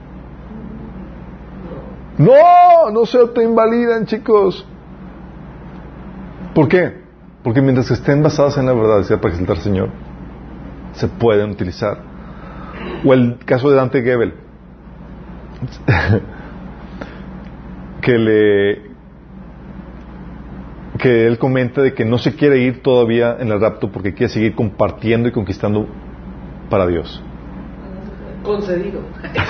Speaker 1: No se autoinvalidan, chicos. ¿Por qué? Porque mientras que estén basadas en la verdad, sea para exaltar al Señor, se pueden utilizar. O el caso de Dante Gebel, que él comenta de que no se quiere ir todavía en el rapto porque quiere seguir compartiendo y conquistando para Dios.
Speaker 5: Concedido.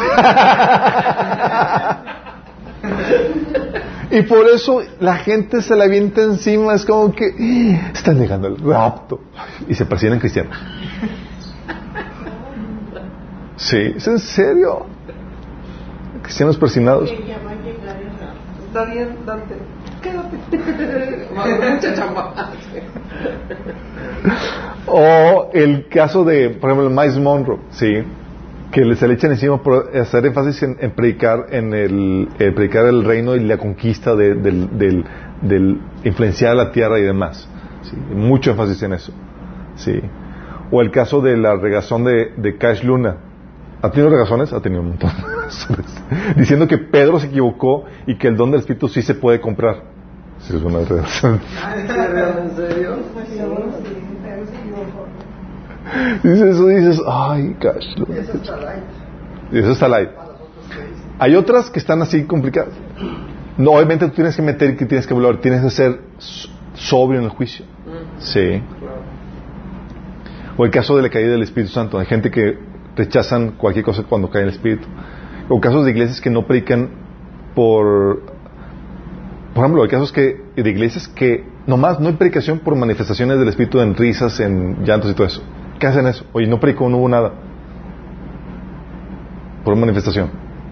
Speaker 1: Y por eso la gente se la avienta encima. Es como que están negando el rapto y se persiguen cristianos. Sí, es en serio. Cristianos persinados.
Speaker 5: Está bien, Dante. Quédate. Mucha chamba.
Speaker 1: O el caso de, por ejemplo, Miles Monroe, sí, que se le echan encima por hacer énfasis en predicar predicar el reino y la conquista del influenciar la tierra y demás. Sí, mucho énfasis en eso. Sí. O el caso de la regazón de Cash Luna. ¿Ha tenido regazones? Ha tenido un montón de regazones. Diciendo que Pedro se equivocó y que el don del Espíritu sí se puede comprar. Sí, es una regazón.
Speaker 5: ¿En serio?
Speaker 1: Dices eso, dices, ay, Cash Luna. Eso está light. Hay otras que están así complicadas. No, obviamente tú tienes que meter, que tienes que evaluar, tienes que ser sobrio en el juicio. Sí. O el caso de la caída del Espíritu Santo. Hay gente que rechazan cualquier cosa cuando cae el Espíritu. O casos de iglesias que no predican por ejemplo, hay casos de iglesias que nomás no hay predicación por manifestaciones del Espíritu en risas, en llantos y todo eso. ¿Qué hacen eso? Oye, no predicó, no hubo nada. Por manifestación.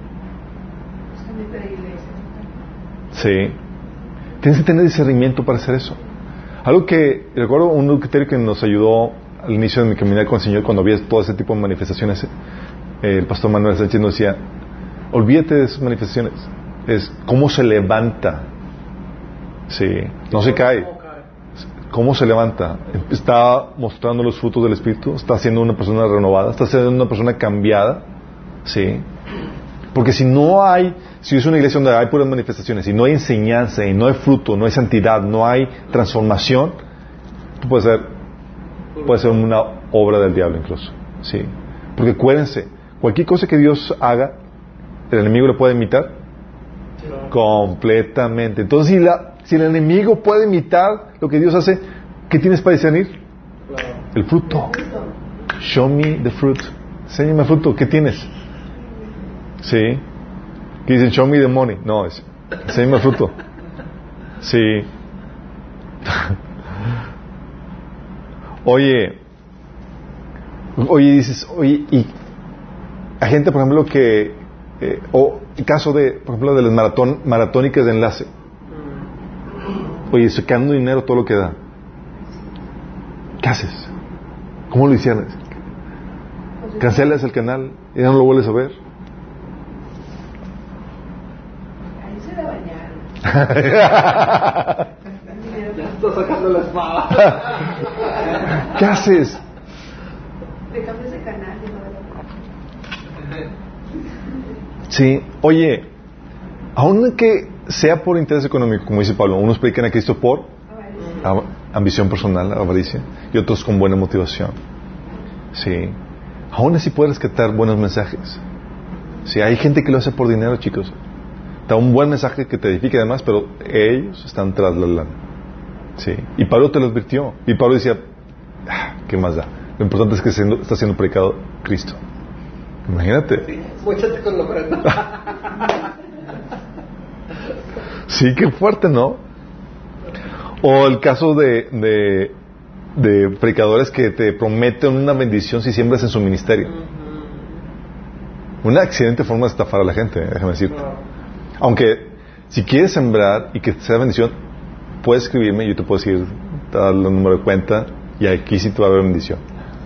Speaker 1: Sí. Tienes que tener discernimiento para hacer eso. Algo que recuerdo, un criterio que nos ayudó al inicio de mi caminar con el Señor, cuando había todo ese tipo de manifestaciones, el pastor Manuel Sánchez nos decía, olvídate de esas manifestaciones, es cómo se levanta. Sí, no se cae. ¿Cómo se levanta? Está mostrando los frutos del Espíritu, está siendo una persona renovada, está siendo una persona cambiada. Sí. Porque si es una iglesia donde hay puras manifestaciones y no hay enseñanza y no hay fruto, no hay santidad, no hay transformación, puede ser una obra del diablo incluso. Sí. Porque acuérdense, cualquier cosa que Dios haga, el enemigo lo puede imitar completamente. Entonces, si el enemigo puede imitar lo que Dios hace, ¿qué tienes para discernir? El fruto. Show me the fruit. Enséñame el fruto. ¿Qué tienes? Sí. ¿Qué dicen? Show me the money. No, enséñame el fruto. Sí. Oye, dices, y hay gente, por ejemplo, o el caso por ejemplo, de las maratónicas de enlace. Oye, sacando dinero todo lo que da. ¿Qué haces? ¿Cómo lo hicieron? Cancelas el canal y no lo vuelves a ver.
Speaker 3: Ahí se la bañaron.
Speaker 5: Ya está sacando la espada.
Speaker 1: ¿Qué haces?
Speaker 3: Te cambias de canal.
Speaker 1: Sí, oye, aunque sea por interés económico, como dice Pablo, unos predican a Cristo por ambición personal, avaricia, y otros con buena motivación. Sí, aún así puedes rescatar buenos mensajes. Sí, hay gente que lo hace por dinero, chicos. Da un buen mensaje que te edifique además, pero ellos están tras la lana. Sí, y Pablo te lo advirtió. Y Pablo decía, ¿qué más da? Lo importante es que está siendo predicado Cristo. Imagínate.
Speaker 5: Muéchate con la ofrenda.
Speaker 1: Sí, qué fuerte, ¿no? O el caso de predicadores que te prometen una bendición si siembras en su ministerio. Una excelente forma de estafar a la gente, déjame decirte. Aunque, si quieres sembrar y que sea bendición, puedes escribirme, yo te puedo decir, te dar el número de cuenta, y aquí sí te va a haber bendición.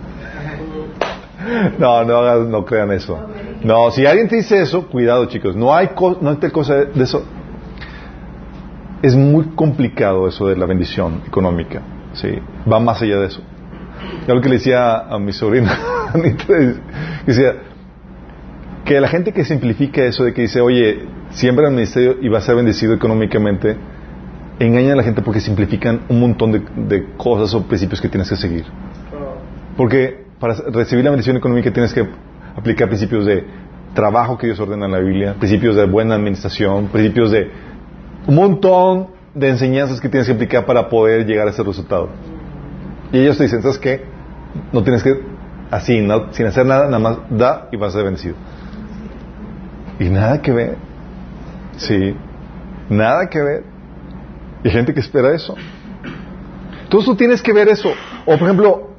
Speaker 1: No crean eso. No, si alguien te dice eso, cuidado, chicos. No hay tal cosa de eso. Es muy complicado eso de la bendición económica. Sí, va más allá de eso. Yo lo que le decía a mi sobrina, decía que la gente que simplifica eso de que dice, oye, siembra en el ministerio y va a ser bendecido económicamente, engañan a la gente porque simplifican un montón de cosas o principios que tienes que seguir. Porque para recibir la bendición económica tienes que aplicar principios de trabajo que Dios ordena en la Biblia, principios de buena administración, principios de un montón de enseñanzas que tienes que aplicar para poder llegar a ese resultado. Y ellos te dicen, ¿sabes qué? No tienes que, así, no, sin hacer nada, nada más da y vas a ser bendecido. Y nada que ver. Sí, nada que ver. Y hay gente que espera eso. Entonces tú tienes que ver eso. O por ejemplo,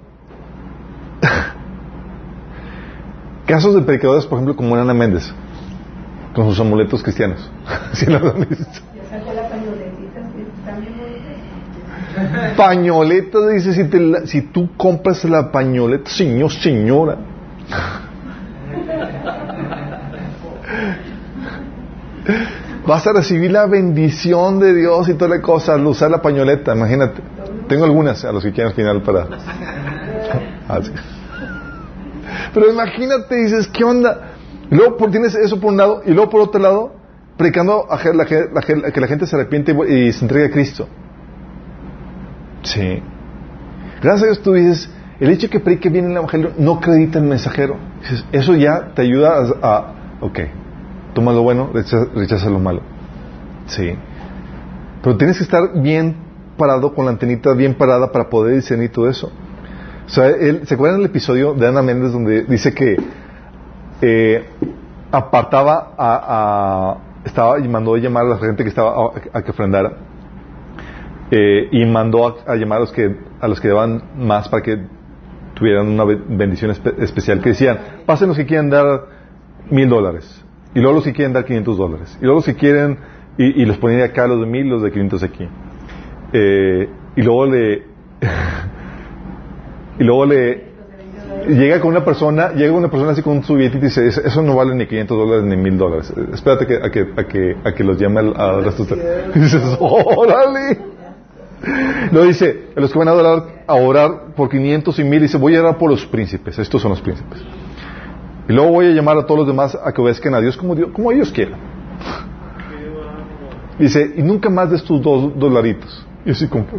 Speaker 1: casos de predicadores, por ejemplo, como Ana Méndez, con sus amuletos cristianos. ¿Sí lo han visto?
Speaker 3: Ya sacó la pañoletita, también bonita.
Speaker 1: Pañoleta, dice, si tú compras la pañoleta, señora. Vas a recibir la bendición de Dios y toda la cosa al usar la pañoleta, imagínate. Tengo algunas a los que quieran al final para... Así. Pero imagínate, dices, ¿qué onda? Y luego tienes eso por un lado, y luego por otro lado, predicando a que la gente se arrepiente y se entregue a Cristo. Sí. Gracias a Dios tú dices, el hecho de que predique bien el Evangelio no acredita el mensajero. Dices, eso ya te ayuda a ok, toma lo bueno, rechaza lo malo. Sí. Pero tienes que estar bien parado, con la antenita bien parada para poder discernir todo eso. O sea, ¿se acuerdan del episodio de Ana Méndez donde dice que apartaba estaba y mandó a llamar a la gente que estaba a que ofrendara, y mandó a llamar a los que daban más para que tuvieran una bendición especial, que decían, pasen los que quieran dar $1,000, y luego los que quieren dar $500, y luego los que quieren, y los ponía acá los de 1,000, los de 500 aquí, y luego le llega una persona así con su billetito y dice, eso no vale ni $500 ni $1,000, espérate a que los llame al resto. Y dices, órale. Luego dice, a los que van a orar por 500 y 1,000, dice, voy a orar por los príncipes, estos son los príncipes, y luego voy a llamar a todos los demás a que obedezcan a Dios como ellos quieran. Dice, y nunca más de estos $2. Y así como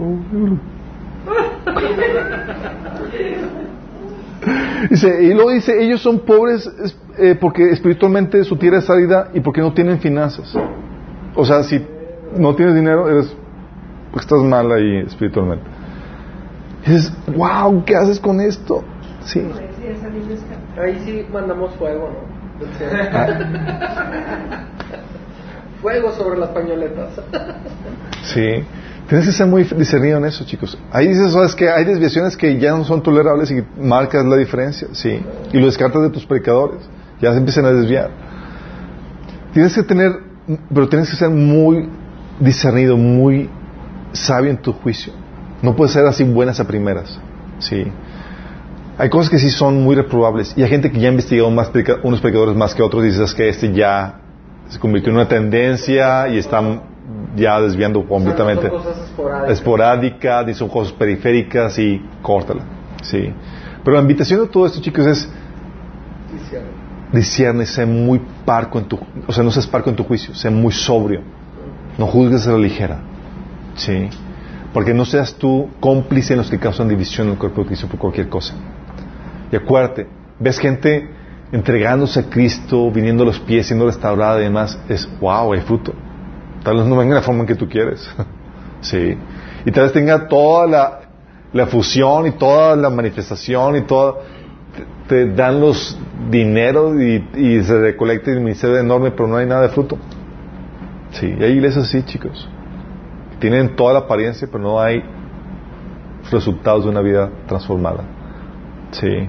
Speaker 1: dice, y luego dice, ellos son pobres porque espiritualmente su tierra es árida y porque no tienen finanzas. O sea, si no tienes dinero, estás mal ahí espiritualmente. Y dices, wow, ¿qué haces con esto? Sí.
Speaker 5: Ahí sí mandamos fuego, ¿no? Fuego sobre las pañoletas.
Speaker 1: Sí. Tienes que ser muy discernido en eso, chicos. Ahí dices, ¿sabes qué? Hay desviaciones que ya no son tolerables y marcas la diferencia, sí. Y lo descartas de tus predicadores. Ya se empiezan a desviar. Tienes que ser muy discernido, muy sabio en tu juicio. No puedes ser así buenas a primeras, sí. Hay cosas que sí son muy reprobables. Y hay gente que ya ha investigado unos predicadores más que otros y dices que este ya se convirtió en una tendencia y están ya desviando completamente.
Speaker 5: Son cosas esporádicas.
Speaker 1: Esporádicas, y son cosas periféricas y córtala. Sí. Pero la invitación de todo esto, chicos, es discierne, sé muy parco no seas parco en tu juicio, sé muy sobrio. No juzgues a la ligera. Sí. Porque no seas tú cómplice en los que causan división en el cuerpo de Cristo por cualquier cosa. Y acuérdate, ves gente entregándose a Cristo, viniendo a los pies, siendo restaurada y demás, es wow, hay fruto. Tal vez no venga de la forma en que tú quieres. Sí. Y tal vez tenga toda la fusión y toda la manifestación y todo. Te dan los dineros y se recolecta el ministerio enorme, pero no hay nada de fruto. Sí, y hay iglesias así, chicos. Tienen toda la apariencia, pero no hay resultados de una vida transformada. Sí.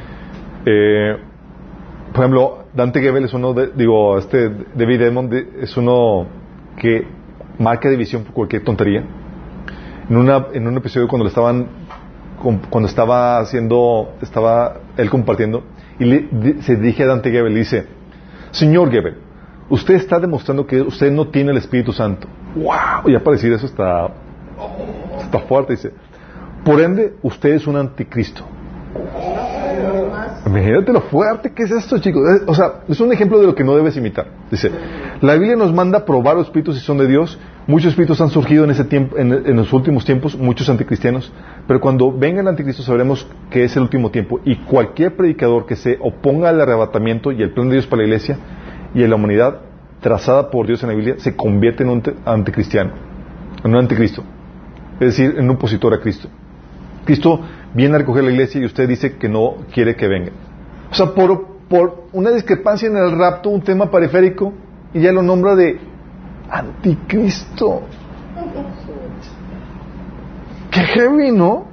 Speaker 1: Por ejemplo, Dante Gebel es uno David Edmond es uno que marca división por cualquier tontería. En un episodio cuando estaba él compartiendo, y se dirige a Dante Gebel y dice: Señor Gebel, usted está demostrando que usted no tiene el Espíritu Santo. ¡Wow! Ya para decir eso está fuerte. Dice: por ende, usted es un anticristo. Imagínate lo fuerte que es esto, chicos. O sea, es un ejemplo de lo que no debes imitar. Dice: la Biblia nos manda a probar los espíritus si son de Dios. Muchos espíritus han surgido en ese tiempo, en los últimos tiempos, muchos anticristianos. Pero cuando venga el anticristo sabremos que es el último tiempo. Y cualquier predicador que se oponga al arrebatamiento y el plan de Dios para la iglesia y en la humanidad trazada por Dios en la Biblia se convierte en un anticristiano, en un anticristo. Es decir, en un opositor a Cristo. Cristo viene a recoger la iglesia y usted dice que no quiere que venga. O sea, por una discrepancia en el rapto, un tema periférico, y ya lo nombra de anticristo. ¡Qué heavy!, ¿no?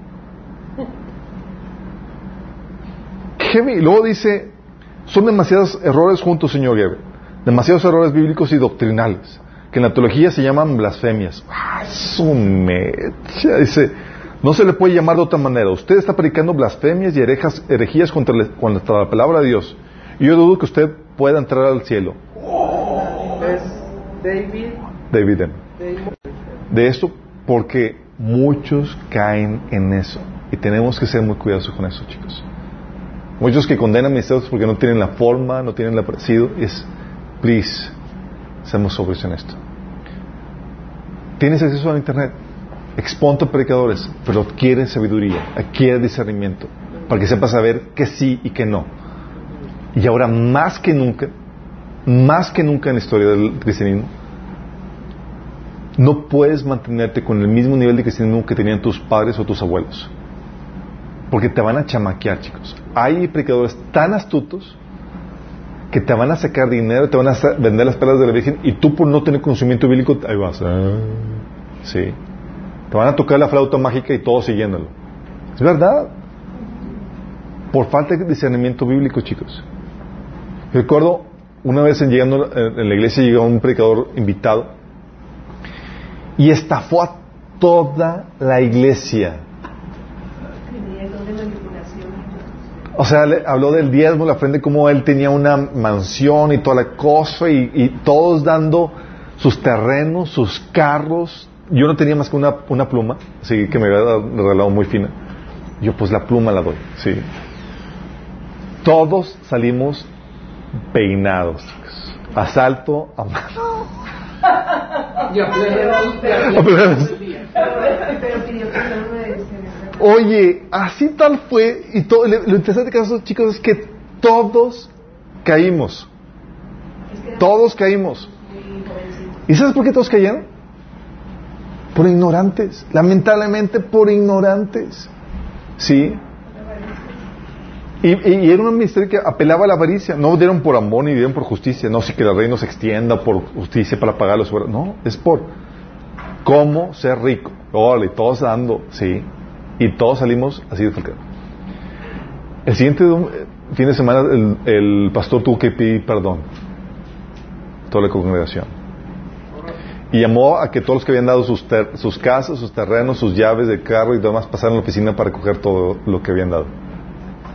Speaker 1: ¡Qué heavy! Luego dice: son demasiados errores juntos, señor Gebel. Demasiados errores bíblicos y doctrinales, que en la teología se llaman blasfemias. ¡Ah, su mecha! Dice: no se le puede llamar de otra manera. Usted está predicando blasfemias y herejías contra la palabra de Dios. Y yo dudo que usted pueda entrar al cielo.
Speaker 5: Es
Speaker 1: David. De esto, porque muchos caen en eso. Y tenemos que ser muy cuidadosos con eso, chicos. Muchos que condenan ministerios porque no tienen la forma, no tienen el parecido. Please, seamos sobrios en esto. ¿Tienes acceso al internet? Exponte a predicadores, pero adquiere sabiduría, adquiere discernimiento, para que sepas saber que sí y que no. Y ahora más que nunca en la historia del cristianismo, no puedes mantenerte con el mismo nivel de cristianismo que tenían tus padres o tus abuelos, porque te van a chamaquear, chicos. Hay predicadores tan astutos que te van a sacar dinero, te van a vender las perlas de la Virgen, y tú por no tener conocimiento bíblico, ahí vas. Sí. Te van a tocar la flauta mágica y todo siguiéndolo. Es verdad. Por falta de discernimiento bíblico, chicos. Recuerdo una vez llegando en la iglesia, llegó un predicador invitado y estafó a toda la iglesia. O sea, le habló del diezmo, la ofrenda, como él tenía una mansión y toda la cosa, y todos dando sus terrenos, sus carros. Yo no tenía más que una pluma, así que me había regalado muy fina. Yo, pues la pluma la doy, sí. Todos salimos peinados, chicos. Asalto a mano. Oye, así tal fue. Y todo, lo interesante de caso, chicos, es que todos caímos. Todos caímos. ¿Y sabes por qué todos cayeron? Por ignorantes, lamentablemente por ignorantes. ¿Sí? Y era un ministerio que apelaba a la avaricia. No dieron por amor ni dieron por justicia. No, sí que el reino se extienda por justicia para pagar los... No, es por cómo ser rico. Órale, todos dando, sí. Y todos salimos así de falcán. El siguiente fin de semana el pastor tuvo que pedir perdón. Toda la congregación. Y llamó a que todos los que habían dado sus casas, sus terrenos, sus llaves de carro y demás pasaran a la oficina para recoger todo lo que habían dado.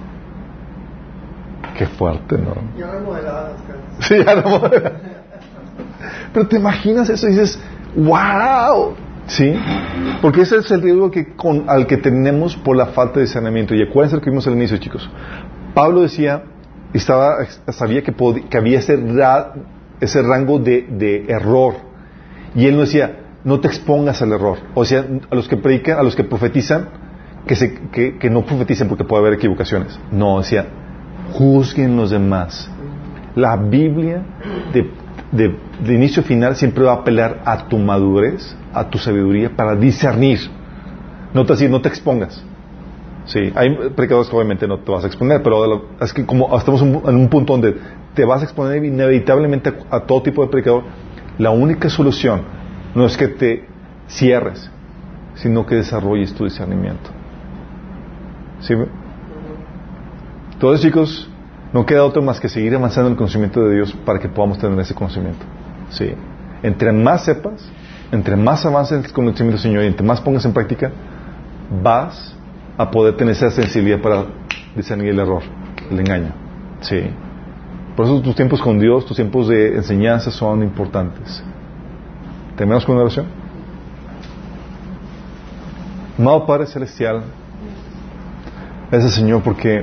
Speaker 1: Qué fuerte, ¿no?
Speaker 4: Ya remodeladas las casas.
Speaker 1: Sí, ya remodeladas. Pero te imaginas eso y dices, ¡wow! ¿Sí? Porque ese es el riesgo al que tenemos por la falta de discernimiento. Y acuérdense lo que vimos al inicio, chicos. Pablo decía, sabía que había ese rango de error. Y él no decía, no te expongas al error. O sea, a los que predican, a los que profetizan, que no profeticen porque puede haber equivocaciones. No, decía, juzguen los demás. La Biblia de inicio a final siempre va a apelar a tu madurez, a tu sabiduría para discernir. No te decir, no te expongas. Sí, hay predicadores que obviamente no te vas a exponer, pero es que como estamos en un punto donde te vas a exponer inevitablemente a todo tipo de predicador, la única solución no es que te cierres, sino que desarrolles tu discernimiento. ¿Sí? Entonces, chicos, no queda otro más que seguir avanzando en el conocimiento de Dios para que podamos tener ese conocimiento. ¿Sí? Entre más sepas, entre más avances en el conocimiento del Señor y entre más pongas en práctica, vas a poder tener esa sensibilidad para discernir el error, el engaño. ¿Sí? Por eso tus tiempos con Dios, tus tiempos de enseñanza son importantes. ¿Terminamos con una oración? Amado Padre Celestial, gracias, Señor, porque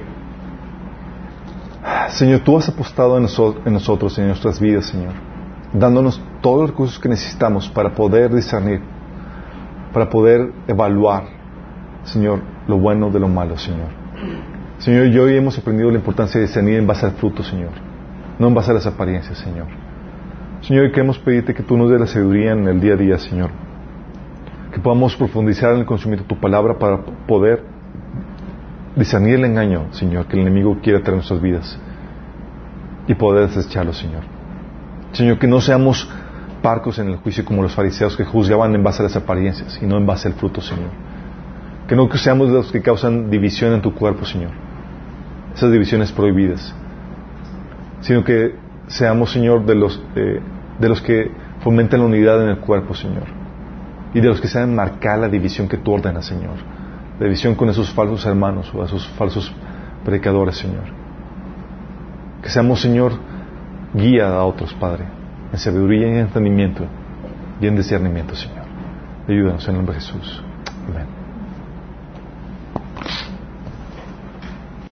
Speaker 1: Señor, tú has apostado en nosotros, en nuestras vidas, Señor, dándonos todos los recursos que necesitamos para poder discernir, para poder evaluar, Señor, lo bueno de lo malo, Señor. Señor, y hoy hemos aprendido la importancia de discernir en base al fruto, Señor, no en base a las apariencias, Señor. Señor, y queremos pedirte que tú nos des la sabiduría en el día a día, Señor, que podamos profundizar en el conocimiento de tu palabra para poder discernir el engaño, Señor, que el enemigo quiere traer en nuestras vidas y poder desecharlo, Señor. Señor, que no seamos parcos en el juicio como los fariseos que juzgaban en base a las apariencias y no en base al fruto, Señor. Que no seamos los que causan división en tu cuerpo, Señor, esas divisiones prohibidas, sino que seamos, Señor, de los que fomentan la unidad en el cuerpo, Señor, y de los que saben marcar la división que tú ordenas, Señor, la división con esos falsos hermanos o esos falsos predicadores, Señor. Que seamos, Señor, guía a otros, Padre, en sabiduría y en entendimiento y en discernimiento, Señor. Ayúdanos en el nombre de Jesús. Amén.